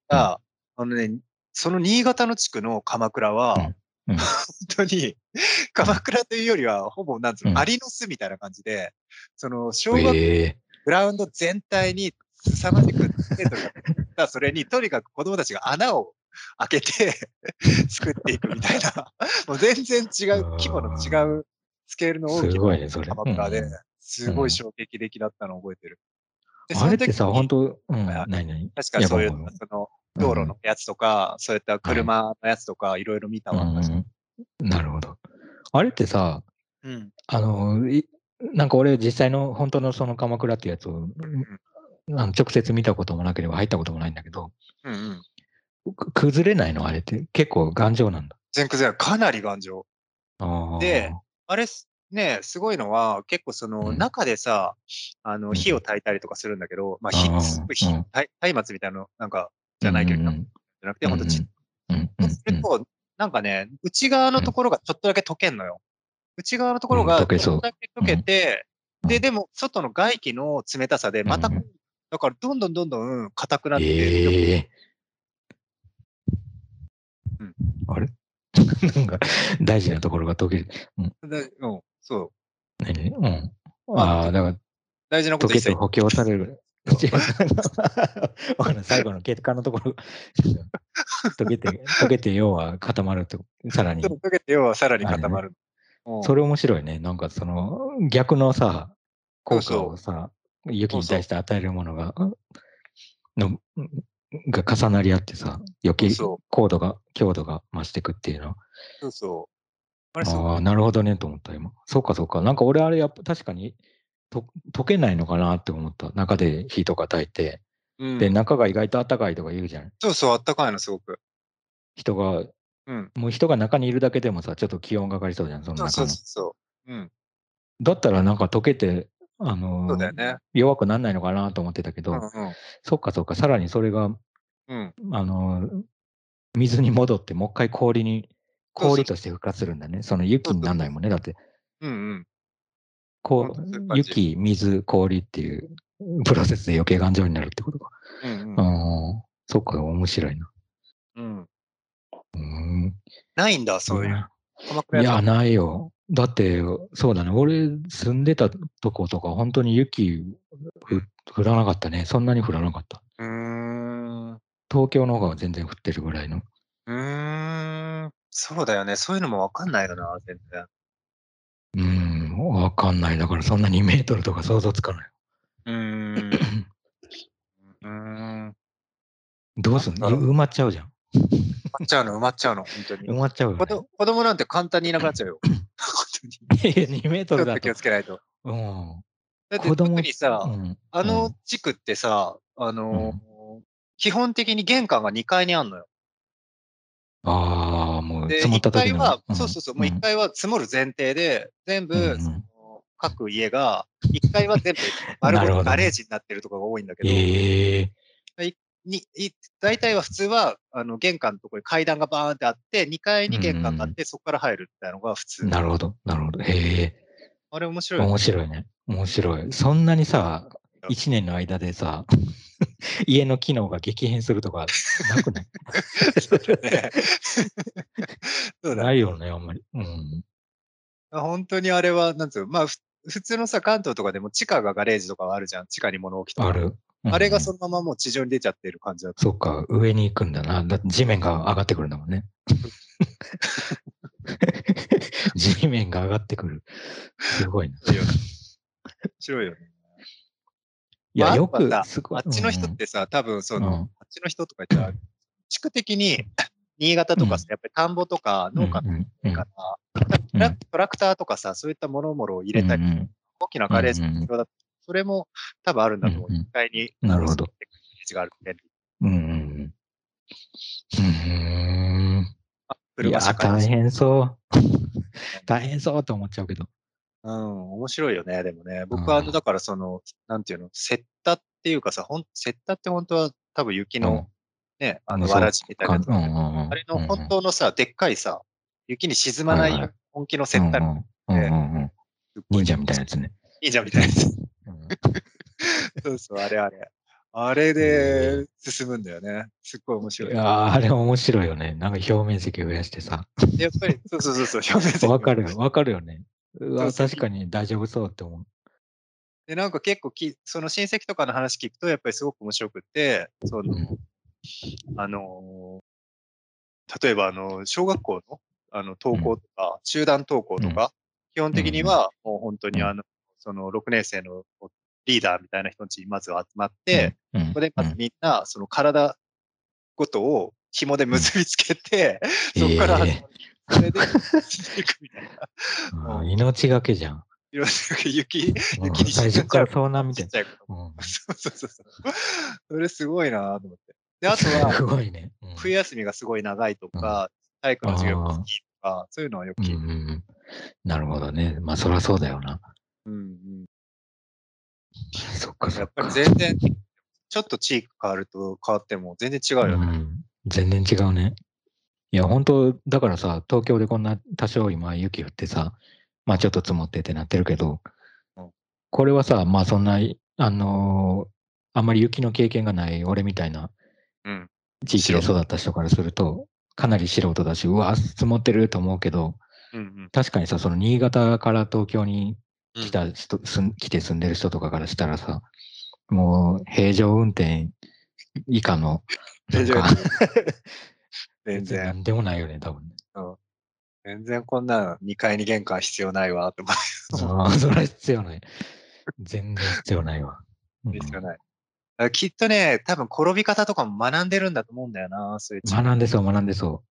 その新潟の地区の鎌倉は、本当に、鎌倉というよりは、ほぼ、なんつうの、アリの巣みたいな感じで、その、小学校、グラウンド全体に凄まじく生徒が、それに、とにかく子供たちが穴を開けて作っていくみたいな、もう全然違う、規模の違うスケールの大きな鎌倉で、すごい衝撃的だったのを覚えてる。 あれってさ、本当何確かそういう、その、道路のやつとか、そういった車のやつとか、いろいろ見たわ。 なるほど。あれってさ、なんか俺実際の本当のその鎌倉っていうやつを直接見たこともなければ入ったこともないんだけど、 うんうん。 崩れないのあれって結構頑丈なんだ。 全崩れかなり頑丈。で、 ああ、 あれね、すごいのは、結構そうん、 の中でさ、火をうん、 焚いたりとかするんだけど、まあ、すああ、うごいん、 松明みたいなの、なんか、 うん、 じゃないけど、じうん、 ゃなくて、 うん、 ほんとうん、うん、 そうすうん、 ると、なんかね、内側のうん、 ところがちょっとだけ溶けんのよ。内側のとこうん、 ろがちょっと溶けそだけ溶う。うん、 けて、で、 うん、 でも外の外気の冷たさでまた、 うん。 だからどんどんどんどん硬くなって、 ええうん。 あれなんか大事なところが溶ける。うん、 うん、そう。 何うん。 あ、 ああ、だから大事なこと一切溶けて補強される。 言って違うわかんない最後の結果のところ、溶けて要は固まると、さらに、 溶けて要はさらにあれね。 固まる。うん。 それ面白いね。なんかその逆のさ、効果そうそう。 をさ、雪にそうそう。 対して与えるもののが重なり合ってさ、余計そうそう。 強度が増していくっていうの。 そうそう。あれすごくああ、 ね。 なるほどねと思った今。そうかそうか。なんか俺あれやっぱ確かに溶けないのかなって思った。中で火とか焚いて。で、 うん。 中が意外と暖かいとか言うじゃん。 そうそう、あったかいのすごく。 人が、 うん。 もう人が中にいるだけでもさ、ちょっと気温が上がりそうじゃん、そのそうそう中の。 そうそう。うん。 だったらなんか溶けて、 そうだよね。 弱くなんないのかなと思ってたけど、 うんうん。 そっかそっか、さらにそれが、 うん。 あのー水に戻ってもう一回そうそう氷として復活するんだね。その雪にそうそうそう。 なんないもんね。だって、 うんうん。ほんとそういう感じ。 雪、水、氷っていうプロセスで余計頑丈になるってことか。 うんうん。 ああ、そっか、面白いな。 うん。 うーん。 ないんだ、そういう。 いや、 鎌倉いや、 屋さん。 ないよ。だって、そうだね。俺住んでたとことか、本当に雪降らなかったね。そんなに降らなかった。 うん。うーん。 東京の方が全然降ってるぐらいの。 うーん。そうだよね。そういうのもわかんないよな、全然。 うーん、わかんない。だからそんな2メートルとか想像つかない。 うーん。うーん。 どうすんのなんだろう。 埋まっちゃうじゃん。 埋まっちゃうの、ほんとに。 埋まっちゃうよね。 子供なんて簡単にいなくなっちゃうよ。ほんとに。 2メートちょっと気ルだと。 をつけないと。 うん。 だって特子供、 にさ、 うん、 あのうん、 地区ってさ、 うん。 基本的に玄関が2階にあんのよ。 ああ、もうで、1 積もった時の、 階はうん、 そうそうそう、もう1 うん、 階は積もる前提で、全うん、う部、 ん。 各家が、1階は全部丸なごとるほどね。 ガレージになってるところが多いんだけど、 ええいにい大体は普通は、玄関のところに階段がバーンってあって、2階うに玄関があっん、 て、そこから入るみたいなのが普通。 なるほど、なるほど。へえ、 あれ面白いよ面ね。 白いね。面白い。そんなにさ、1年の間でさ、家の機能が激変するとかなくない？ そうだね。そうだね。 ないよね、あんまり。うん。 本当にあれは、なんつうの、まあ、普通のさ、関東とかでも地下がガレージとかはあるじゃん。地下に物置とか。 ある。うんうあれがそん。 のままもう地上に出ちゃってる感じだと。 そっか、上に行くんだな。だって地面が上がってくるんだもんね。地面が上がってくる。すごいな。 面白いよね。面白いよね。 いや、 まあ、あとよく、 はさ、 すごい。うあっちの人っんてさ、多分そうん。うの、 ん。 あっちの人とか言ったら、地区的に新潟とかさ、 うん。 やっぱり田んぼとかうん。 農家のうん。 多いから、多分うん。 トラクターとかさ、そういったものもろを入うん。うれたり、 ん。 大きなうん。うガレージが必ん。 要だ。それも多分あるんうん。 だと思う。1 うん。 階に、 なるほど。 そういうガレージがあるって便利。 うん。うん。うん。い車社や、 会だし。 大変そう。大変そうと思っちゃうけど。 うん、面白いよね、でもね。僕はだあからその、なんていうの、雪駄っていうかさ、雪駄って本当は多分雪あ、 のね、 うん。 わそうらじみたいなか、うん。 やつだけど、 うん。うん。 あれの本うん。 当のさ、でっかいさ、雪に沈まないはいはい。 本気のうん。 雪駄うん。うん。 で、 うん。 すっごい忍者気持ちみたいなやつね。 いいじゃんみたいなやつ。 うん。 そうそう、あれあれ。あれえで進むんだよね。すっごい面白い。 いやー、あれ面白いよね。なんか表面積増やしてさ。 やっぱり、そうそうそうそう、表面積を。 わかるよ、わかるよね。うわ、 そうそう。 確かに大丈夫そうって思う。 で、なんか結構その親戚とかの話聞くと、やっぱりすごく面白くって、 うん。 あの例えば小学校の登校うん。 とか、集団登校うん。 とか、基本うん。 的にはもう本当にうん。 その6年生のリーダーみたいな人たちにまず集まっうん。 て、 うん。 そこでまずうん。 みんなその体ごとを紐でうん。 結びつけて、そこから始ええまる。それで、進んでいくみたいな。 ー。 うん。 命がけじゃん。 いろんな雪に最初から遭難みたいちっちゃい子な。 供。そう。それすごいなと思って。で、あとは、 すごいね。 冬休みがすごい長いとうん。 か、体育の授業が好ああ、 きとか、そういうのはよくうん聞いて。 なるほどね。まあ、そりゃそうだよな。そっかそやっぱりっか。 全然、ちょっと地域変わっても全然違うよね。 全然違うね。いや、本当だからさ、東京でこんな多少今雪降ってさ、まあちょっと積もってってなってるけど、 うんこれはさ、まあそんな、あんまり雪の経験がない俺みたいなうん。 地域で育った人からすると、かなり素人だし、うわ、積もってると思うけど、確かにさ、その新潟から東京に来た人、来て住んでる人とかからしたらさ、もう平常運転以下の、なんか全別に然。 何でもないよね、多分ね。 全然こんなの2階に玄関必要ないわって思う。 ああ、それは必要ない。全然必要ないわ。 必要ない。きっとね、多分転び方とかも学んでるんだと思うんだよな、そういう地域。 学んでそう、学んでそう。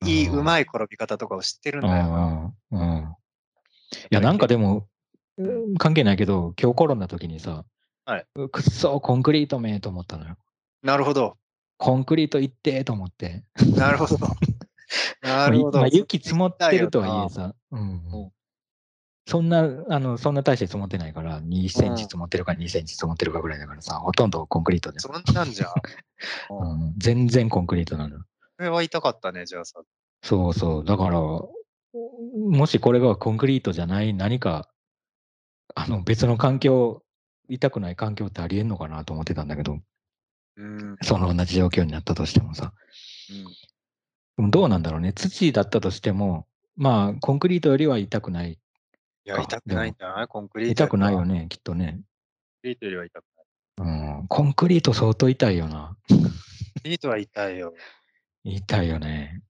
うまい転び方とかを知ってるんだよな。やっいや、なんかぱりでも、 うん。 関係ないけど、今日転んだ時にさ、 はい。 くっそー、コンクリートめーと思ったのよ。 なるほど。 コンクリート行ってーと思って。 なるほど。なまあ、 るほど。そっ雪積ち行きたいもってるとはいえよな。 さ、 うん。 そんな大して積もってないから、2センチ積もってるか2センチ積もってるかぐらいだからさ、ほとんどコンクリートじゃん。 そんなんじゃ。うん。 全然コンクリートなの。 それは痛かったね、じゃあさ。 そうそう。だから、もしこれがコンクリートじゃない何か、別の環境、痛くない環境ってありえんのかなと思ってたんだけど、 うん。 その同じ状況になったとしてもさ。 うん。 でもどうなんだろうね。土だったとしても、まあ、コンクリートよりは痛くないいや、 か。 痛くでも、 ないんじゃないコンクリート痛くよりは。 ないよね、きっとね。 コンクリートよりは痛くない。 コンクリート相当痛いよな。 コンクリートは痛いよ。 痛いよね。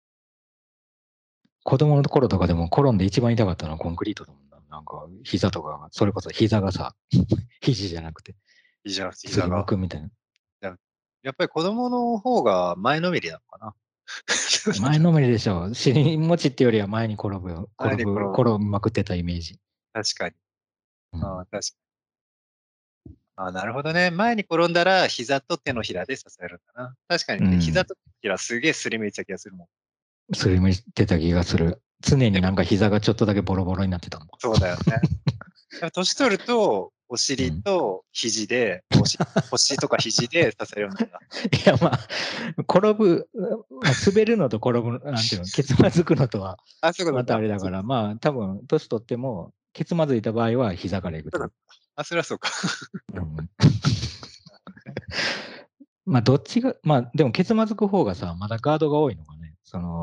子供の頃とかでも転んで一番痛かったのはコンクリートだもんな。なんか、膝とかが、それこそ膝がさ、肘じゃなくて、 いいじゃなくてすりむ膝が。 くみたいな。 やっぱり子供の方が前のめりなのかな。 前のめりでしょ。尻餅っていうよりは前に転ぶよ。 前に転ぶ。 転びまくってたイメージ。 確かに。ああ、確かに。ああ、なるほどね。前に転んだら膝と手のひらで支えるんだな。確かに、膝と手のひらすげえすりむいてた気がするもん。 すりむいてた気がする。常にでも、 なんか膝がちょっとだけボロボロになってたもん。 そうだよね。でも年取ると、お尻と肘で、腰とか肘で支えるようになった。 いや、まあ、転ぶ、まあ、滑るのと転ぶ、なんていうの、ケツまずくのとは、 あ、そういうこまとか。 たあれだから、まあ、多分、年取っても、ケツまずいた場合は膝からいくと。 あ、それはそうか。 まあ、どっちが、まあ、でも、ケツまずく方がさ、まだガードが多いのかね。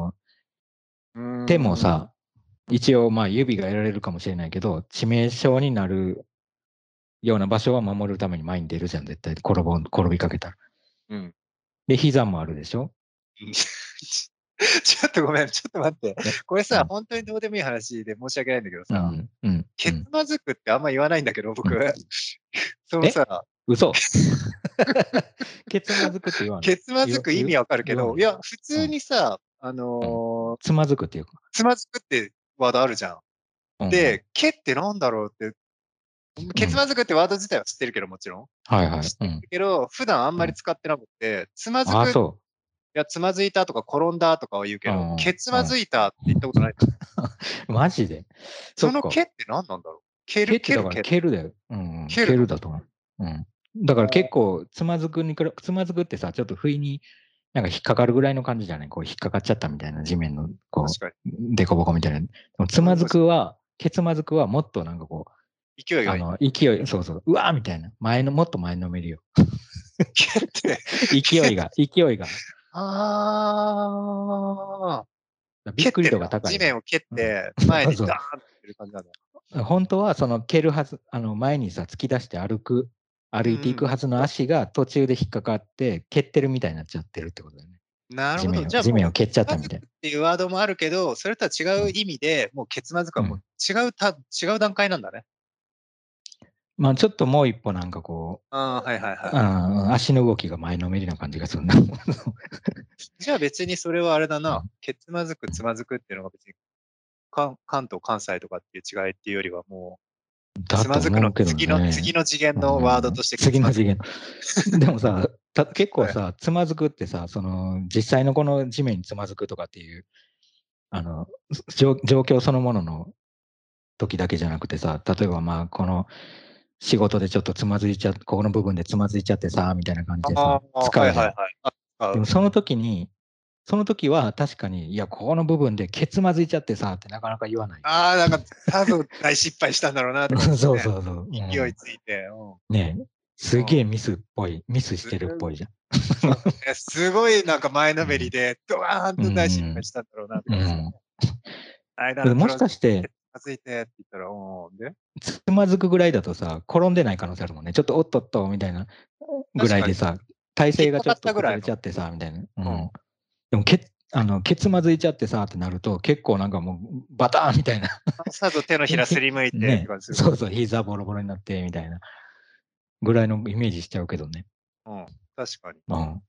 手もさ、一応、まあ、指が得られるかもしれないけど、致命傷になるような場所は守るために前に出るじゃん、絶対。転びかけたら。で、膝もあるでしょ。 ちょっとごめん、ちょっと待って。これさ、 うん本当にどうでもいい話で申し訳ないんだけどうさ、 んうんケツまずくってあんま言わないんだけど、僕。そのえさ、 嘘ケツまずくって言わんのケツまずく意味わかるけど、 言わんのいや、普通にさ、 つまずくっていうか。 つまずくってワードあるじゃん。 うんで、毛ってなんだろうって、ケツまずくってワード自体は知ってるけど、もちろん。 はいはい。 知ってるけど、普段あんまり使ってなくて、つまずああ、 く、いそや、つまずいたとか転んだとかは言うう。 けど、ケツまずいたって言ったことない。 マジでそっか。 その毛って何なんだろう蹴ってだから毛。 蹴るだよ。蹴蹴るのるだと思う。だから結構、つまずくってさ、ちょっと不意になんか引っかかるぐらいの感じじゃないこう引っかかっちゃったみたいな地面の、こ確かう、デコボコみたいな。でもつまずくは、ケツまずくはもっとなんかこう、 に。勢いがいい。 そうそう、うわーみたいな。もっと前のめりよ。 毛って、 勢いが。 あびっくり度が高いよ。 地面を蹴って、前にそうダーンってる感じなんだ。 本当はその蹴るはず、前にさ、突き出して歩いていくはずの足が途中で引っかかって蹴ってるみたいになっちゃってるってことだよね。 なるほど。じゃあもう、 地面を蹴っちゃったみたいな。 つまずくっていうワードもあるけど、それとは違う意味で、もうケツまずくはもう違う段階なんだね。 まあちょっともう一歩なんかこう、 はいはいはい。 足の動きが前のめりな感じがするな。 じゃあ別にそれはあれだな。ケツまずく、つまずくっていうのが別に関東、関西とかっていう違いっていうよりはもう、 だとつまずくの思うけど次ね。 の次元のワードとして次のつまずく。 次元。でもさ、結構はいさ、つまずくってさ、実際のこの地面につまずくとかっていう、状況そのものの時だけじゃなくてさ、例えばまあ、この仕事でちょっとつまずいちゃって、ここの部分でつまずいちゃってさ、みたいな感じでさ、使うじゃん。でもその時は確かに、いや、ここの部分でケツまずいちゃってさ、ってなかなか言わない。 なんか多分大失敗したんだろうなって感じで、ね。 そうそう。 勢いついて。 ねえ、すげえミスしてるっぽいじゃん。 そうね、すごいなんか前のめりで、ドワーンと大失敗したんだろうなって感じで。間のもしかして、 つまずいてって言ったら、でつまずくぐらいだとさ、転んでない可能性あるもんね。ちょっとおっとっとみたいなぐらいでさ、体勢がちょっと崩れちゃってさ、みたいな。でもケツまずいちゃってさってなると、結構なんかもうバターンみたいな。 さぞ手のひらすりむいてって感じする。 そうそう、膝ボロボロになってみたいなぐらいのイメージしちゃうけどね。 確かに。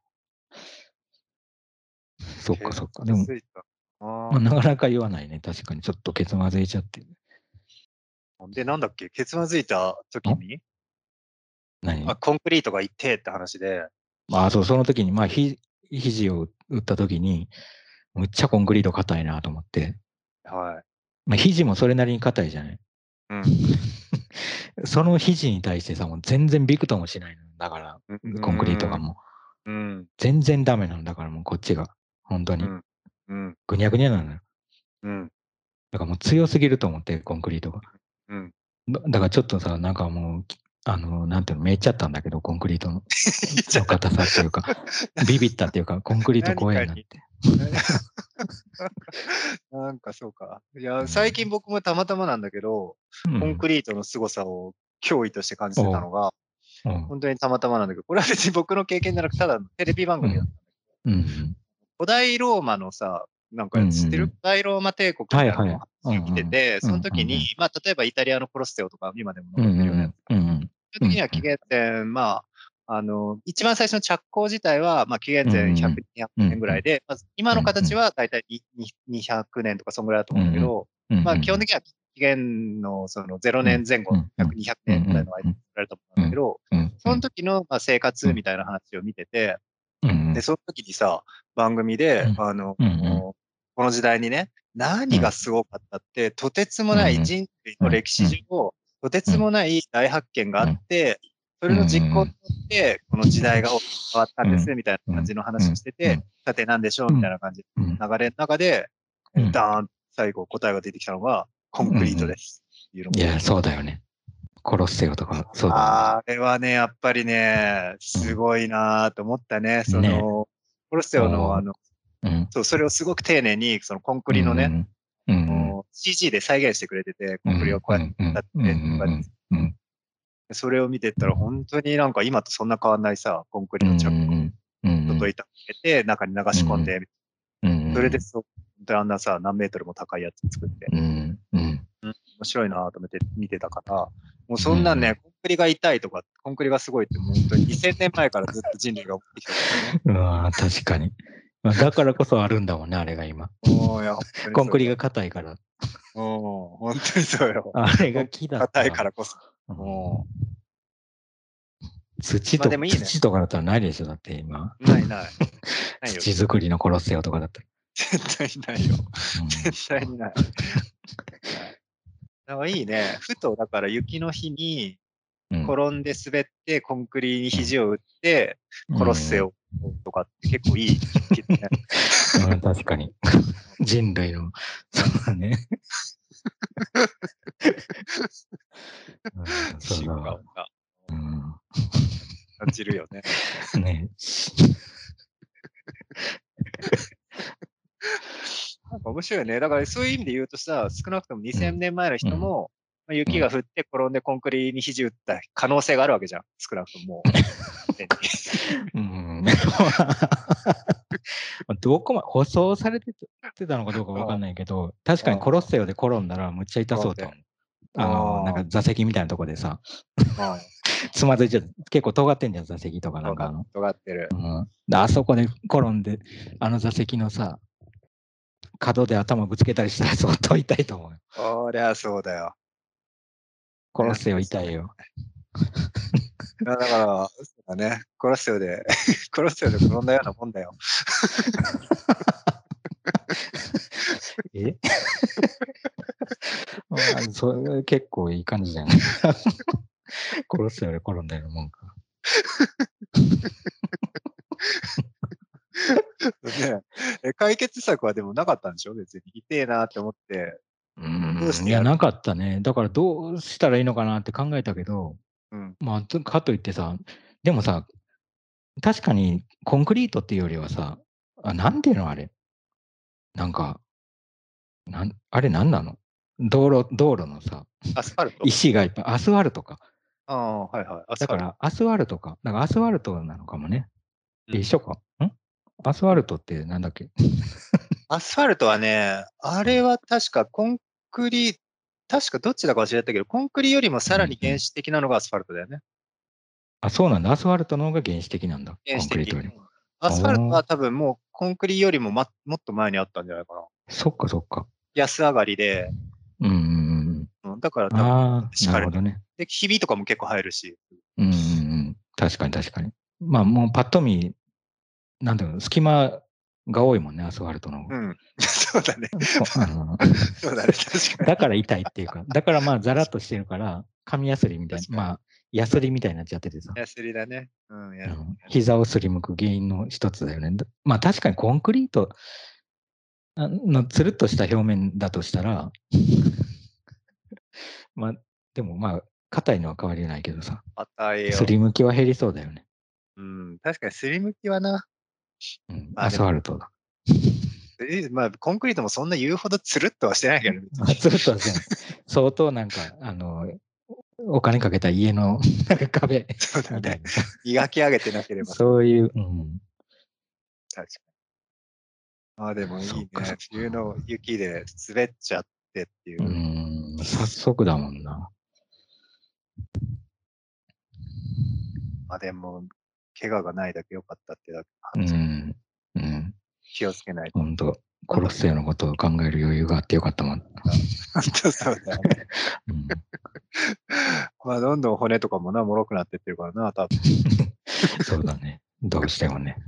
そっか。でも、なかなか言わないね。確かに、ちょっとケツまずいちゃって。 で、なんだっけ、ケツまずいた時にコンクリートがいってって話で。 そう、その時に、まあ、肘を打った時に、むっちゃコンクリート硬いなと思って。 はい。 まあ、肘もそれなりに硬いじゃない。その肘に対してさ、もう全然びくともしないの。だから、コンクリートがもう。全然ダメなんだから、もうこっちが。本当に。ぐにゃぐにゃなのよ。だからもう強すぎると思って、コンクリートが。だからちょっとさ、なんかもう、なんていうの、めいっちゃったんだけど、コンクリートの硬さっていうか、ビビったっていうか、コンクリート怖いなって。 なんかそうか。いや、最近僕もたまたまなんだけど、コンクリートの凄さを脅威として感じてたのが、本当にたまたまなんだけど、これは別に僕の経験じゃなくて、ただテレビ番組だったんだけど、古代ローマのさ、なんか知ってる？古代ローマ帝国みたいなのを見てて、その時に、まあ、例えばイタリアのコロッセオとか今でも残ってるよね。その時には紀元前、まあ、一番最初の着工自体は、まあ、紀元前100、200年ぐらいで、まず今の形はだいたい200年とかそんぐらいだと思うんだけど、まあ、基本的には紀元のその0年前後、100、200年ぐらいの間に作られたものなんだけど、その時の生活みたいな話を見てて、で、その時にさ、番組で、この時代にね、何がすごかったって、とてつもない人類の歴史上、とてつもない大発見があって、それの実行によって、この時代が変わったんです、みたいな感じの話をしてて、さて何でしょうみたいな感じの流れの中で、ダーン最後答えが出てきたのが、コンクリートです。 いや、そうだよね。コロッセオとか、そうだよね。 あれはね、やっぱりね、すごいなと思ったね。コロッセオのそう、それをすごく丁寧に、そのコンクリのね、CG で再現してくれてて、コンクリをこうやって立って、それを見てったら本当になんか今とそんな変わんないさ、コンクリの着工、外板つけて、中に流し込んで、それで本当にあんなさ、何メートルも高いやつ作って、面白いなと思って見てたから、もうそんなんね、コンクリが痛いとか、コンクリがすごいって、本当に2000年前からずっと人類が起きてきたからね。確かに。だからこそあるんだもんね、あれが今。コンクリが硬いから。 本当にそうよ。 あれが木だったら。硬いからこそ。 土とかだったらないでしょ、だって今。 ない。 土作りのコロッセオとかだったら。 絶対ないよ。絶対にない。だからいいね。ふと、だから雪の日に、転んで滑ってコンクリに肘を打って、コロッセオとかって結構いいけどね。 確かに。人類の、そうだね。 そうだ。感じるよね。 ね。 なんか面白いね。だからそういう意味で言うとさ、少なくとも2000年前の人も、雪が降って転んでコンクリに肘打った可能性があるわけじゃん。少なくとも。 どこまで舗装されてたのかどうかわかんないけど、確かにコロッセオで転んだらむっちゃ痛そうと思う。なんか座席みたいなとこでさ、つまずいちゃう。結構尖ってんじゃん、座席とかなんか尖ってる。 あそこで転んで、座席のさ、 角で頭ぶつけたりしたら相当痛いと思うよ。 そりゃそうだよ。 殺せよ、痛いよ。 だから、そうだね。コロッセオで、コロッセオで転んだようなもんだよ。 えそれ結構いい感じじゃん。殺すより転んだようなもんか。 ね、解決策はでもなかったんでしょ別に。痛えなって思って。 いや、なかったね。だからどうしたらいいのかなって考えたけど、 うん。 まあ、かといってさ、でもさ、確かにコンクリートっていうよりはさ、なんていうのあれ。なんか、あれなんなの道路のさ、 アスファルト石がいっぱい、アスファルトか。 ああ、はいはい。アスファルト。 だから、アスファルトか。だからアスファルトなのかもね。 うん一緒か。アスファルトってなんだっけアスファルトはね、あれは確かコンクリ、確かどっちだか忘れちゃったけど、コンクリよりもさらに原始的なのがアスファルトだよね。 あ、そうなんだ。アスファルトの方が原始的なんだ。コ原始的。 ンクリートよりも。 アスファルトは多分もうコンクリよりも、もっと前にあったんじゃないかな。 そっかそっか。 安上がりで、だから多分、 なるほどね。 で、ひびとかも結構入るし。 確かに確かに。まあもうパッと見、なんだろう、隙間が多いもんね、アスファルトの方が。 そうだね。そうだね、確かに。 だから痛いっていうか、だからまあザラッとしてるから、紙やすりみたいな、まあ、やすりみたいになっちゃっててさ。 やすりだね。 膝をすりむく原因の一つだよね。まあ確かにコンクリートのつるっとした表面だとしたら、まあ、でもまあ、硬いのは変わりないけどさ。 硬いよ。 すりむきは減りそうだよね。 確かにすりむきはな。 アスファルトだ。 まあ、コンクリートもそんな言うほどつるっとはしてないけど、 つるっとはしてない。相当なんか、お金かけた家のなんか壁みたいな。 磨き上げてなければ。 そういう、 確かに。まあでもいいね。冬の雪で滑っちゃってっていう。 早速だもんな。 まあでも、怪我がないだけ良かったってだけ。気をつけないと。 本当殺すようなことを考える余裕があってよかったもん。 本当そうだよね。まあどんどん骨とかもな、脆くなってってるからな、多分。 そうだね。どうしてもね。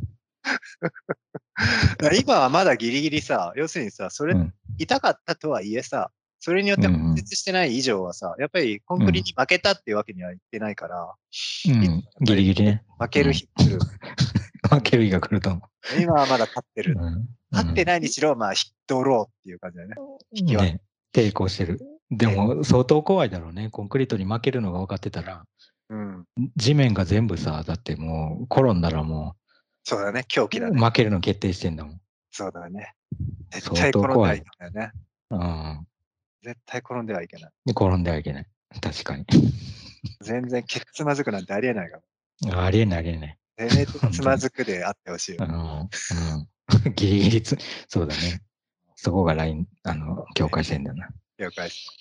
今はまだギリギリさ、要するにさ、それ、痛かったとはいえさ、それによって骨折してない以上はさ、やっぱりコンクリに負けたっていうわけにはいってないから、 ギリギリね。 負ける日来る。 負ける日が来ると思う。 今はまだ勝ってる。勝ってないにしろ、まあ、ドローっていう感じだよね。引き分け。抵抗してる。でも、相当怖いだろうね。コンクリートに負けるのが分かってたら、地面が全部さ、だってもう、転んだらもう、 そうだね、狂気だね。 負けるの決定してんだもん。 そうだね。絶対転んではいけないね。絶対転んではいけない。 転んではいけない。確かに。 全然ケツまずくなんてありえないから。 ありえない、ありえない。 せめてつまずくであってほしいよ。 ギリギリそうだね。そこがライン、境界線だな。 境界線。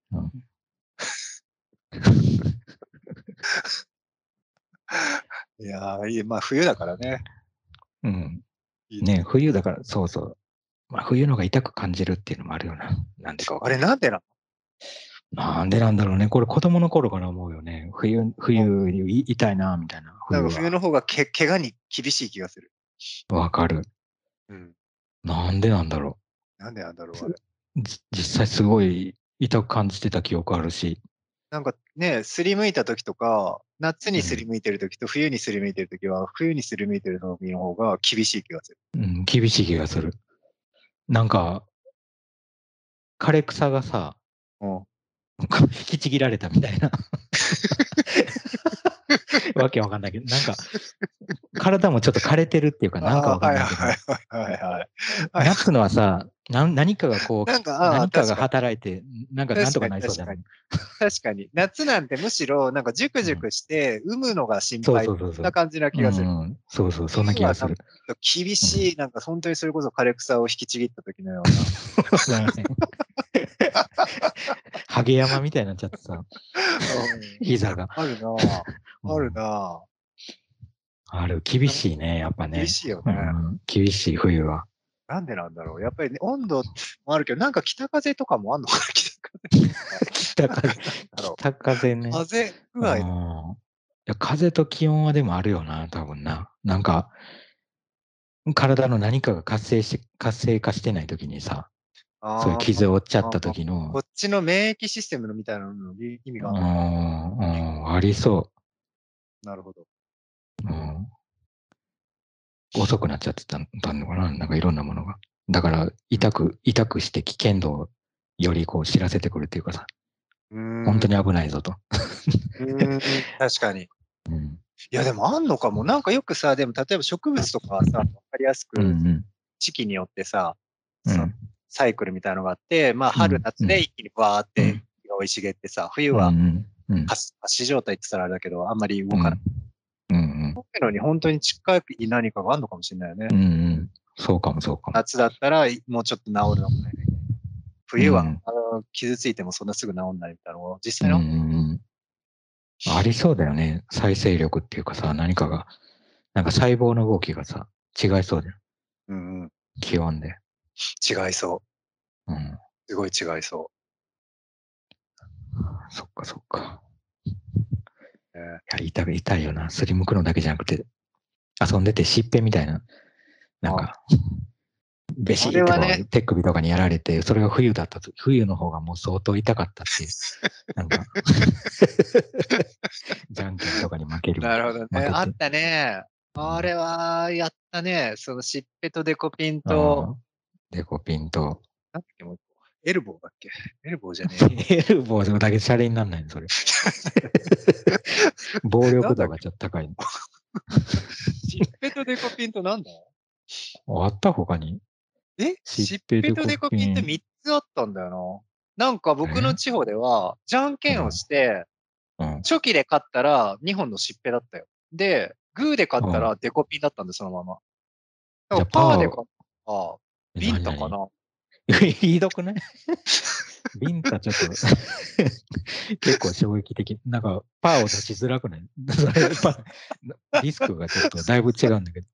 いやー、まあ冬だからね。 ね、冬だから、そうそう。まあ冬のが痛く感じるっていうのもあるよな。なんでかあれなんでなの？ なんでなんだろうね。これ子供の頃から思うよね。冬痛いな、みたいな。 なんか冬の方が怪我に厳しい気がする。 わかる。なんでなんだろう。なんでなんだろう、あれ。 実際すごい痛く感じてた記憶あるし。 なんかね、すりむいた時とか、夏にすりむいてる時と冬にすりむいてる時は、冬にすりむいてる時の方が厳しい気がする。 厳しい気がする。なんか、枯れ草がさ、引きちぎられたみたいな。わけわかんないけど、なんか、体もちょっと枯れてるっていうか、なんかわかんないけど。夏のはさ、何かがこう、何かが働いて、なんとかなりそうじゃない？ 確かに。夏なんてむしろ、なんかジュクジュクして、産むのが心配な感じな気がする。 そう、そんな気がする。 厳しい、なんか本当にそれこそ枯れ草を引きちぎった時のような。 ハゲ山みたいになっちゃってさ、膝が。 あるなぁ。あるなぁ。 厳しいね、やっぱね。 厳しいよね。 厳しい、冬は。 なんでなんだろう。やっぱりね、温度もあるけど、なんか北風とかもあんのかな、北風。 北風ね。 風具合。 いや風と気温はでもあるよな、多分な。なんか、体の何かが活性化してない時にさ、そういう傷を負っちゃった時の。 こっちの免疫システムのみたいなのの意味があるの。 ありそう。なるほど。 遅くなっちゃってたのかな、なんかいろんなものが。だから痛くして危険度をよりこう知らせてくるっていうかさ、本当に危ないぞと。 確かに。いやでもあんのかも。なんかよくさ、でも例えば植物とかはさ、わかりやすく、時期によってさ、サイクルみたいなのがあって、まあ春夏で一気にバーって生い茂ってさ、冬は発死状態って言ったらあれだけど、あんまり動かない。そういうのに本当に近い何かがあるのかもしれないよね。 そうかもそうかも。 夏だったらもうちょっと治るのもない。冬は傷ついてもそんなすぐ治んないみたいなのを実際のありそうだよね。再生力っていうかさ、何かが、なんか細胞の動きがさ、違いそうだよ。気温で。 違いそう。すごい違いそう。 そっかそっか。いや、痛いよな。すりむくのだけじゃなくて、遊んでてしっぺみたいな、なんか、べしーって手首とかにやられて、それが冬だったと、冬の方がもう相当痛かったっていう。なんか、じゃんけんとかに負ける。 なるほどね。あったね。あれは、やったね。そのしっぺとデコピンと。 デコピンと。 なんだっけ、もうエルボーだっけ。エルボーじゃねえ。エルボーだけシャレになんないの、それ。暴力度がちょっと高いの。 しっぺとデコピンとなんだあった他にしっぺとデコピンって3つあったんだよな。なんか僕の地方では、じゃんけんをして、チョキで勝ったら2本のしっぺだったよ。で、グーで勝ったらデコピンだったんで、そのまま。だからパーで勝ったら、ビンタかな。 ひどくないビンタちょっと結構衝撃的。なんか、パーを出しづらくないリスクがちょっとだいぶ違うんだけど。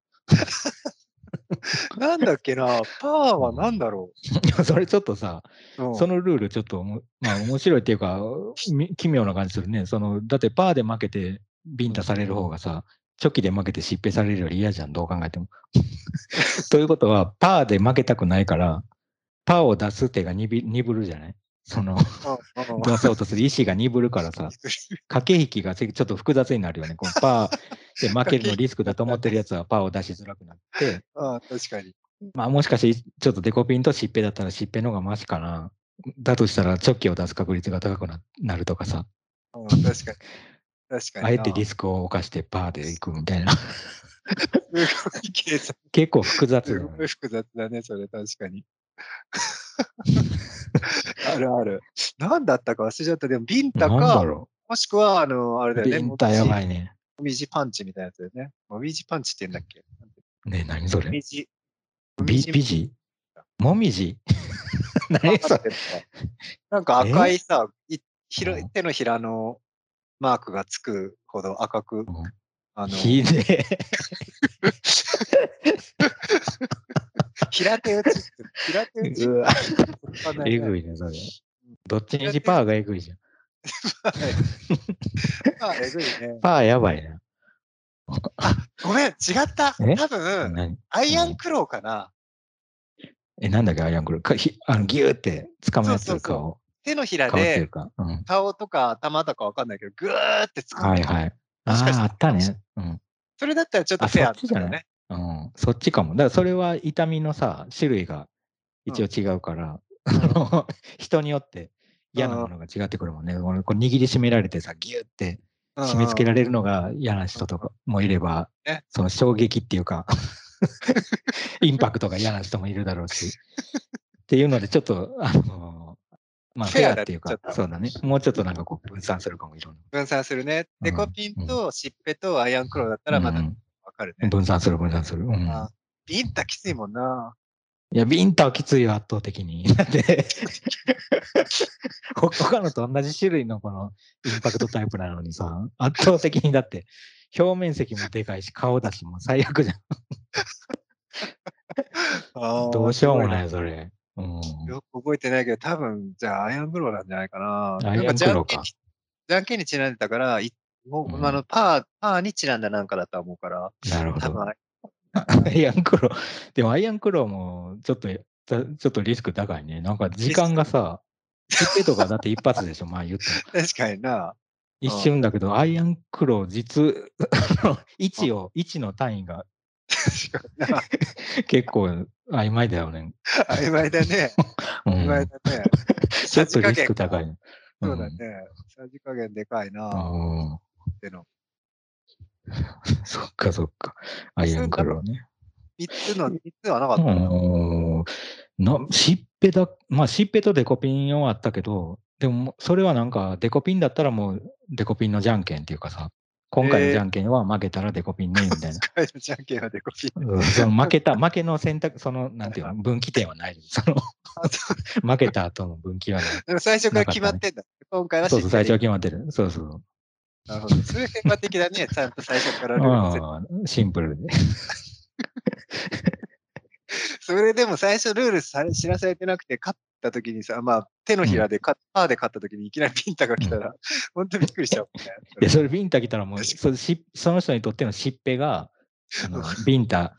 なんだっけな、パーはなんだろう。それちょっとさ、そのルールちょっとまあ面白いっていうか、奇妙な感じするね。だってパーで負けてビンタされる方がさ、チョキで負けて疾病されるより嫌じゃん、どう考えても。ということは、パーで負けたくないから、パーを出す手が鈍るじゃない？出そうとする意思が鈍るからさ、駆け引きがちょっと複雑になるよね。このパーで負けるのリスクだと思ってるやつはパーを出しづらくなって。 確かに。 まあもしかしてちょっとデコピンとしっぺだったらしっぺの方がマシかな。だとしたらチョッキを出す確率が高くなるとかさ。 確かに。 あえてリスクを冒してパーでいくみたいな。 すごい計算。 結構複雑だ。すごい複雑だね、それ確かに。あるある。何だったか忘れちゃった。でも、ビンタか、もしくは、あれだよね。 ビンタやばいね。 もみじパンチみたいなやつだよね。もみじパンチって言うんだっけ？ ねえ、何それ？ もみじ。 ビジ？もみじ？何それ？ なんか赤いさ、手のひらのマークがつくほど赤く、 ひでえ。 平手打ち。 えぐいね、それ。どっちにしパーがえぐいじゃん。 パーえぐいね。 パーやばいな。 ごめん、違った。多分、アイアンクローかな。 なんだっけ、アイアンクロー。ギューって掴むやつ顔。 手のひらで、顔とか頭とかわかんないけど、ぐーって掴む。 はいはい。あったね。 それだったらちょっとフェアだよね。 そっちかも。だからそれは痛みのさ、種類が一応違うから、人によって嫌なものが違ってくるもんね。こう握りしめられてさ、ギューって締め付けられるのが嫌な人とかもいれば、その衝撃っていうか、インパクトが嫌な人もいるだろうし。っていうので、ちょっと、まあ、フェアっていうか、そうだね。もうちょっとなんかこう、分散するかもいろんな。 分散するね。デコピンとしっぺとアイアンクローだったらまだわかるね。 分散する。 ビンタきついもんな。 いや、ビンタはきついよ、圧倒的に。だって、他のと同じ種類のこのインパクトタイプなのにさ、圧倒的にだって、表面積もでかいし、顔だし、もう最悪じゃん。 ああ、 どうしすごいな。 ようもないよ、それ。うん。 よく覚えてないけど、多分、じゃあ、アイアンクローなんじゃないかな。なんか、 アイアンクローか。 じゃんけんにちなんでたから、もう、 うん。 パーにちなんだなんかだと思うから、 なるほど。 多分、 アイアンクロー。でもアイアンクローもちょっとリスク高いね。なんか時リスク、 間がさ、疾病とかだって一発でしょ、まあ言っても。 確かにな。 一うん。 瞬だけど、アイアンクローうん、 位置の単位が確かにな。 結構曖昧だよね。 曖昧だね。曖昧うん。 だね。 ちょさじ加っとリス減が、 ク高いね。うそうだね。 ん。 さじ加減でかいあな。 あ、 っての。 そっかそっか。アイアンそういうのなんか、 クローね。 三つはなかうったんだ。 ん。しっぺだ、まあ、しっぺとデコピンはあったけど、でも、それはなんか、デコピンだったらもう、デコピンのじゃんけんっていうかさ、今回のじえゃんけんは負けたらデコピンね、みたいな。 スカイのじゃんけんはデコピン。 その負けの選択、なんていうの、分岐点はない。 あ、そう。 負けた後の分岐はない。 でも最初からなかったね。 決まってんだ。今回はそうそう、最初は知ってでいい。 決まってる。そうそう。 なるほど。それ平和的だね。ちゃんと最初からルールをああ、シンプルで。 それでも最初ルール知らされてなくて、勝った時にさ、まあ、手のうん。 ひらでパーで勝った時にいきなりピンタがうん。 来たら、ほんとびっくりしちゃうもんね。そいや、 れは。 それビンタ来たらもう、 確かその人にとってのしっぺが、 に。 ビンタ、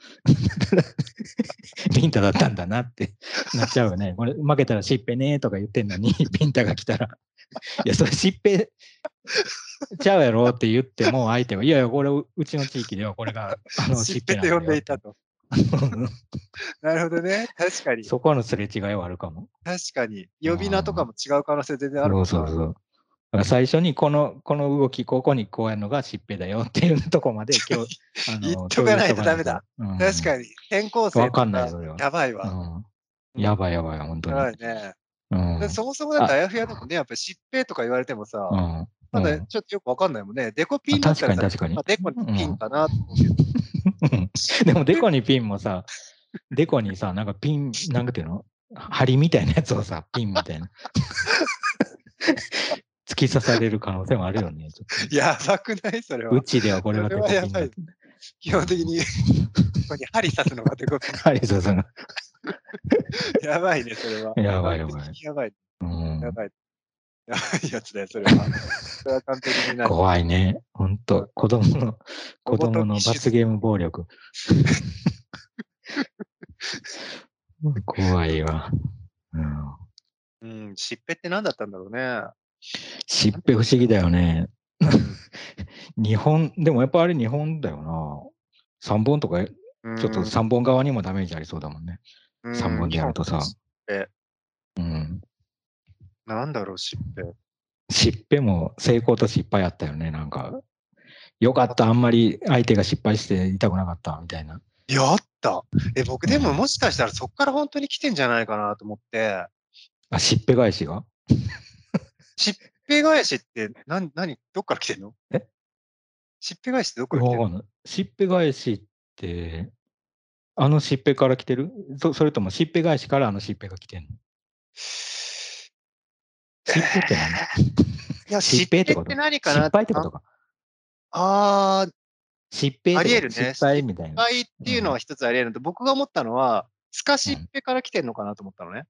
ビンタだったんだなってなっちゃうよね。これ負けたらしっぺねーとか言ってんのに、ビンタが来たら、いや、それしっぺちゃうやろって言っても、相手は、いやいや、これ、うちの地域ではこれが、しっぺなんしっぺと呼んだよって。 でいたと。なるほどね。確かに。 そこのすれ違いはあるかも。 確かに。 う呼び名とかん。 も違う可能性全然あるそうもんな。 そうそう。だから最初にこの動き、ここにこうやるのがしっぺだよっていうとこまで言っと共有しかないとかないと。 とダメだ。確かに。転校生わかんない、 とか、 それは。 やばいわ。 うん。 うん。 やばい、本当やに。 ばいね。 うん。 そもそもだってああ、 やふやだもんね。やっぱ疾病とか言われてもさ、 うん。 まだうん。 ちょっとよくわかんないもんね。デコピあ、確かに、 ンだったらさ、 確かに。 まあ、デコにうん。 ピンかなと思うけど。 でも、デコにピンもさ、デコにさ、なんかピン、なんていうの針みたいなやつをさ、ピンみたいな。突き刺される可能性もあるよね、ちょっとね。 やばくないそれは。 うちではこれそれがデコはやばい。 ピンだって。 基本的にここに針刺すのがデコピン。 針刺さん。 やばいね、それは。 やばい、 完璧やばい。 にやばい。 うん。 やばい。やばいやつだよ、それは。それは完璧にない。 怖いね。ほんうん。 と、子ロボト供のミ手術。 罰ゲーム暴力。怖いわ。うん。 うん、しっぺって何だったんだろうね。 しっぺ不思議だよね。 うん。 でもやっぱあれ日本だよな。3本とか、 うちょっとん。 3本側にもダメージありそうだもんね。3 うん。 本でや日本るとさ。 のしっぺ。 うん。 なんだろう、しっぺ。 しっぺも成功と失敗あったよね。なんか、よかった、あんまり相手が失敗して痛くなかった、みたいな。 やった。僕でもうん。 もしかしたらそっから本当に来てんじゃないかなと思って、 あ、しっぺ返しがしっぺ返しってどっから来てんの？ えしっぺ返しってどっから来てんの？ わかんない。しっぺ返しって、あのしっぺから来てるそれともしっぺ返しからあのしっぺが来てんのえしっぺって何え。いや、ししっっぺってぺってこと失何かなって、 敗ってことか。 あー、 疾病っあてこと失り得るね。失敗みたいな。 敗っていうのは一つあり得るのと、僕が思ったのは、すかしっうん。 ぺから来てんのかなと思ったのね。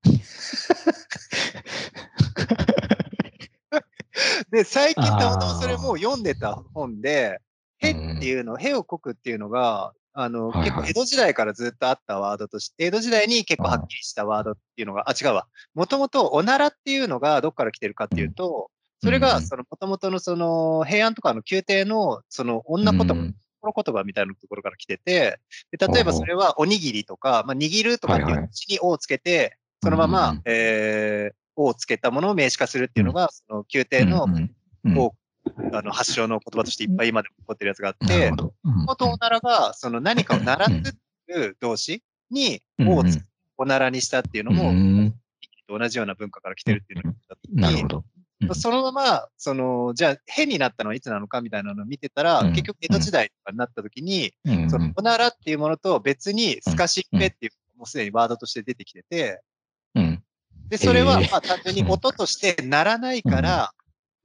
で、最近たまたまそれもあ読んでた本で、 あ、うへっていん。 うの、へをこくっていうのが、結構はいはい。 江戸時代からずっとあったワードとして、江戸時代に結構はっあきりしたワードっていうのが、違うわ。もともとおならっていうのがどっから来てるかっうん。 ていうと、 うそれがん。 そのもともとのその平安とかの宮廷のそのう女言葉、 ん。 心言葉みたいなところから来てて、で例えばそほうほう。 れはおにぎりとか、まあ、握るとかっていうはいはい。 字におをつけて、 うん。 そのまま、 うん。 おをつけたものを名詞化するってうん。 いうのが、その宮うん。 廷のうん。 を発祥の言葉としていっぱい今でも残ってるやつがあって、 なるほど。うん。 元おならが、その何かを鳴らうん。 すっていう動詞に、 うん。 をつうん。 おならにしたっていうのうも、 ん。 同じような文化から来うん。 てるっていうのを聞いたときに、 なるほど。うん。 そのまま、じゃあ、変になったのはいつなのかみたいなのを見てたら、結うん。 局江戸時うん。 代とかになったときに、 うん。 おならっていうものと別に、 うん。 スカシッうん。 ペっていうもうすでにワードとして出てきてて、 うん。 で、それは、 へえ。 まあ、単純にうん。 音として鳴らないうん。 から、まあ、 うん。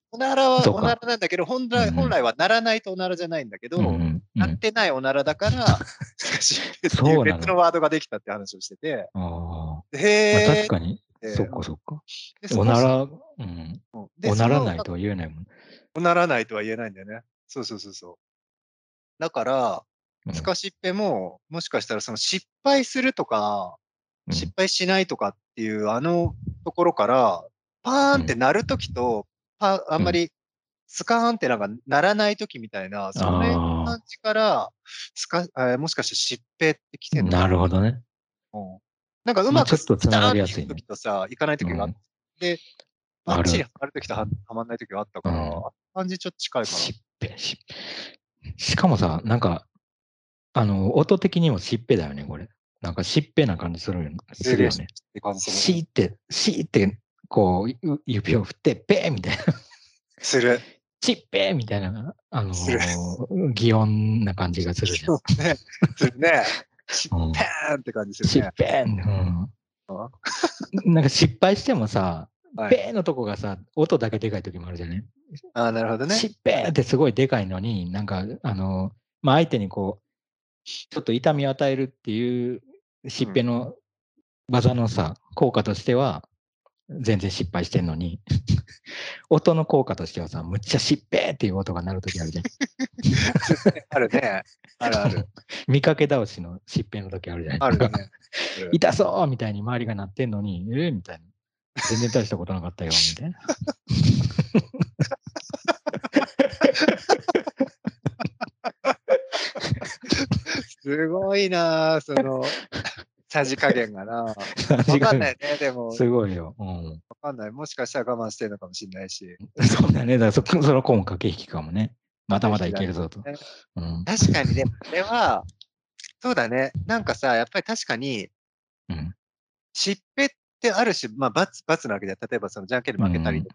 おならはそうかおならなんだけど、本来は鳴らないとおならじゃないんだけど、鳴ってないおならだから、スカシッペっていう別のワードができたって話をしてて、 確へーかに。 って、 そっかそっか。 で、 おなら、おならないとは言えないもん。 おならないとは言えないんだよね。そうそうそうそう。だから、スカシッペも、もしかしたらその失敗するとか、失敗しないとかっていうところから、パーンって鳴るときと、あんまりスカーンってなんか鳴らないときみたいな、その感じから、もしかして疾病って来てんのかな。 なるほどね。 なんかうまくちょっとつながダーンっていくりやすいね。 ときとさ、いかないときがあって、で、バッある。 チリはまるときとはまんないときがあったから、感じちょっと近いかな。 しかもさ、なんか、音的にもしっぺだよね、これ。なんかしっぺな感じするよね。 って感じする。 しって、こう、指を振って、ぺーみたいな。 する。 ちっぺーみたいな、 する。 擬音な感じがするじゃん。 ね。するね。しっぺーんって感じするしっね。 ぺーん。なんか失敗してもさ、ぺーのとこがさ、音だけでかい時もあるじゃね。 なるほどね。 しっぺーってすごいでかいのに、なんか、相手にこう、ちょっと痛みを与えるっていうしっぺの技のさ、効果としては、全然失敗してんのに、音の効果としてはさ、むっちゃしっぺーっていう音が鳴るときあるじゃん。 あるね。あるある。 見かけ倒しのしっぺの時あるじゃん。 あるね。 痛そうみたいに周りが鳴ってんのに、みたいな。全然大したことなかったよ、みたいな。 すごいなその、さじ加減がなわかんないね、でも。 すごいよ。 わかんない。もしかしたら我慢してるのかもしれないし。 そうだね。その子も駆け引きかもね。まだまだいけるぞと。 確かに、でも、これは、そうだね。なんかさ、やっぱり確かに、しっぺってある種、まあ、罰なわけで、例えばそのじゃんけんで負けたりとか、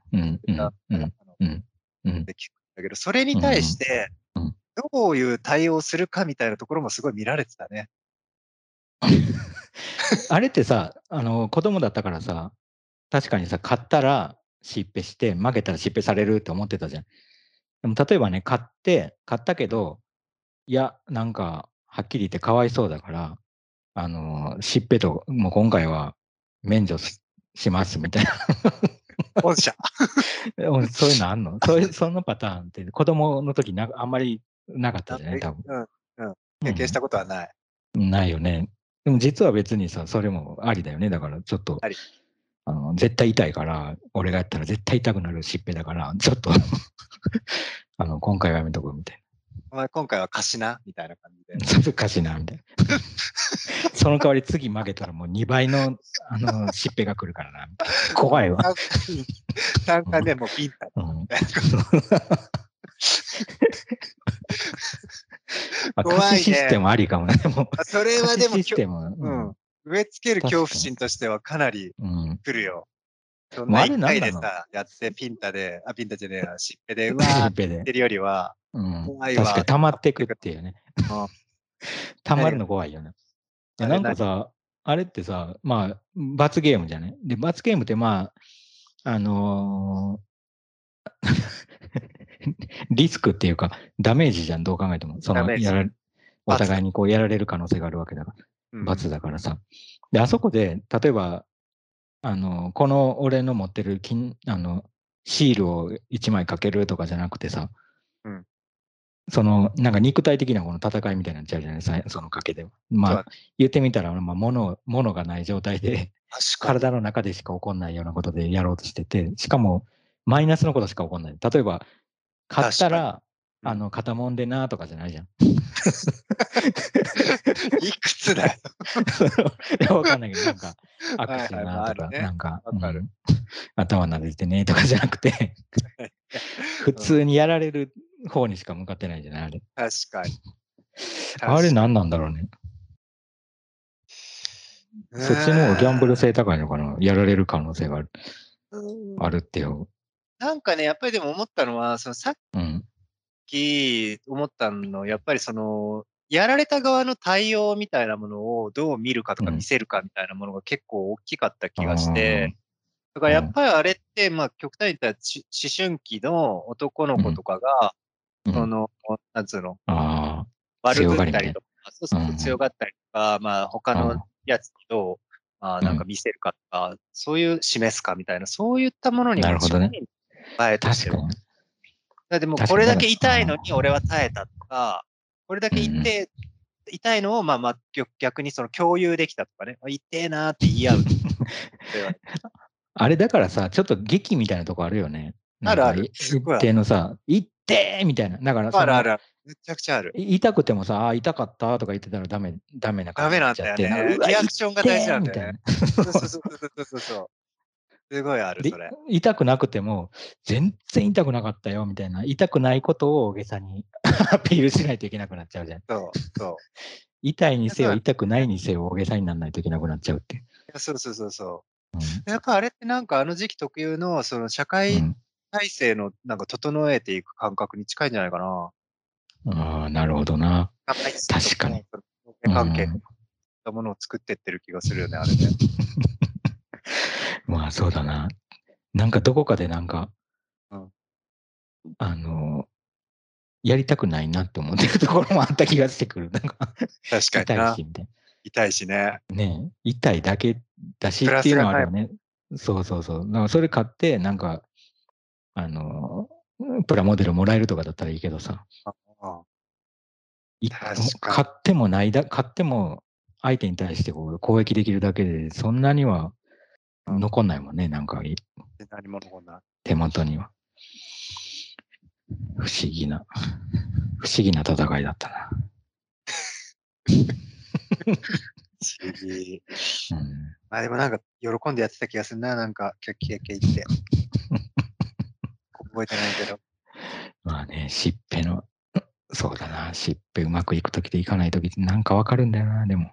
で聞くんだけど、それに対して、どういう対応するかみたいなところもすごい見られてたね。 あれってさ、子供だったからさ、確かにさ、勝ったらしっぺして、負けたらしっぺされるって思ってたじゃん。でも例えばね、勝ったけど、いや、なんか、はっきり言ってかわいそうだから、しっぺと、もう今回は免除しますみたいな。 御社。 そういうのあんのそのパターンって子供の時あんまりなかったじゃない多分。 経験したことはない。 ないよね。でも実は別にさ、それもありだよね。だからちょっと、 あり。 絶対痛いから、俺がやったら絶対痛くなるしっぺだから、ちょっと今回はやめとくみたいな。 お前今回は貸しなみたいな感じで。 貸しなみたいな。その代わり次負けたらもう2倍のしっぺが来るからな。怖いわ。 3回目もピンタ。 貸しシステムありかもね。 それはでも、植え付ける恐怖心としてはかなり来るよ。そんな1回でさ、やってピンタじゃねえや、しっぺで、うわーって言ってるよりは、 怖いわ。確かに溜まってくっていうね。溜まるの怖いよね。なんかさ、あれってさ、まあ、罰ゲームじゃないで、罰ゲームってまあ、リスクっていうか、ダメージじゃん、どう考えても。お互いにこうやられる可能性があるわけだから。罰だからさ。で、あそこで、例えば、この俺の持ってるシールを1枚かけるとかじゃなくてさ、なんか肉体的なこの戦いみたいになっちゃうじゃないですか、その賭けでは。まあ、言ってみたら、物がない状態で、体の中でしか起こんないようなことでやろうとしてて、しかも、マイナスのことしか起こんない。例えば、勝ったら、肩もんでなとかじゃないじゃん。 いくつだよ。 いや、わかんないけど、なんか、握手なとか、なんか、頭撫でてねとかじゃなくて、普通にやられる方にしか向かってないじゃない、あれ。 確かに。 あれ何なんだろうね。そっちの方がギャンブル性高いのかな、やられる可能性があるってよ。 なんかね、やっぱりでも思ったのは、さっき思ったの、やっぱりやられた側の対応みたいなものをどう見るかとか見せるかみたいなものが結構大きかった気がして、 だからやっぱりあれって、まあ極端に言ったら思春期の男の子とかが、なんつうの、悪ぶったりとか、そうそう強がったりとか、まあ他のやつと、なんか見せるかとか、そういう示すかみたいな、そういったものにも近い場合としては。でもこれだけ痛いのに俺は耐えたとか、これだけ痛いのを、まあ逆にその共有できたとかね、痛えなーって言い合う。 あれだからさ、ちょっと劇みたいなとこあるよね。 あるある。 一定のさ、痛えみたいな。だからあるある。めちゃくちゃある。 痛くてもさ、痛かったとか言ってたらダメな感じになっちゃって。 ダメなんだよね。リアクションが大事なんだよね。そうそうそう。すごいある、それ。 痛くなくても、全然痛くなかったよ、みたいな。痛くないことを大げさにアピールしないといけなくなっちゃうじゃん。 そう。 痛いにせよ、痛くないにせよ、大げさにならないといけなくなっちゃうって。 そう。やっぱあれってなんかあの時期特有の、その社会体制のなんか整えていく感覚に近いんじゃないかな。 ああ、なるほどな。確かに。 関係のものを作ってってる気がするよね、あれね。 まあそうだな。なんかどこかでなんか、やりたくないなって思ってるところもあった気がしてくる。なんか確かにな。 痛いし、みたいな。 痛いしね。 ね痛いだけだしっていうのはあるよね。そう。だからそれ買って、なんか、プラモデルもらえるとかだったらいいけどさ。買っても相手に対してこう攻撃できるだけで、そんなには残んないもんね、なんか。 何も残んない。 手元には。不思議な戦いだったな。 不思議。まあでもなんか喜んでやってた気がするな、なんかキャッキャ言って。覚えてないけど。 まあね、しっぺの、そうだな、しっぺうまくいくときといかないときってなんかわかるんだよな、でも。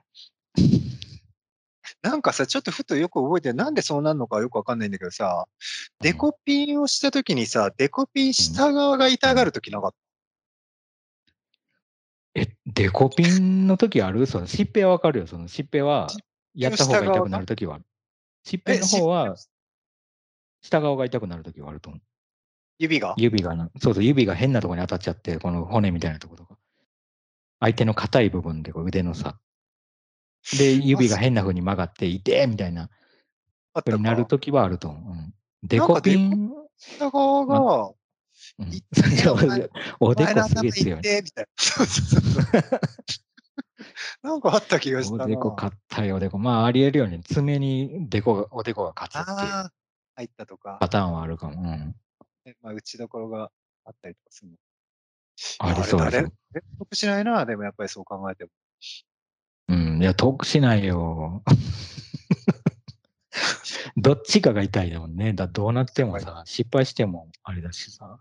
なんかさ、ちょっとふとよく覚えてる。なんでそうなるのかよくわかんないんだけどさ、デコピンをしたときにさ、デコピン下側が痛がるときなかった？ デコピンの時ある？そのしっぺはわかるよ。そのしっぺはやった方が痛くなる時はある。しっぺの方は下側が痛くなる時はあると思う。指が変なところに当たっちゃって、この骨みたいなところとか。相手の硬い部分で腕のさ。で、指が変な風に曲がって、痛えみたいな。になる時はあると思う。デコピン。 下側が、 おでこすげえ強い。 なんかあった気がしたな。 おでこ硬いおでこ。まあ、ありえるよね。爪におでこが勝つっていう。 入ったとか。 パターンはあるかも。 まあ、打ちどころがあったりとかするの。 ありそうですよ。 得しないな、でもやっぱりそう考えても。 いや、得しないよ。どっちかが痛いだもんね。どうなってもさ、失敗してもあれだしさ。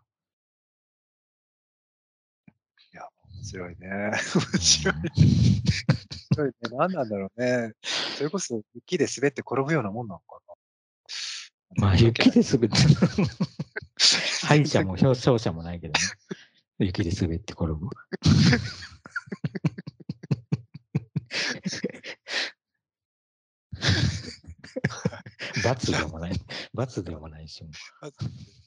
いや、面白いね。面白いね。何なんだろうね。それこそ雪で滑って転ぶようなもんなのかな。まあ、雪で滑って、敗者も勝者もないけどね。雪で滑って転ぶ。罰でもないし。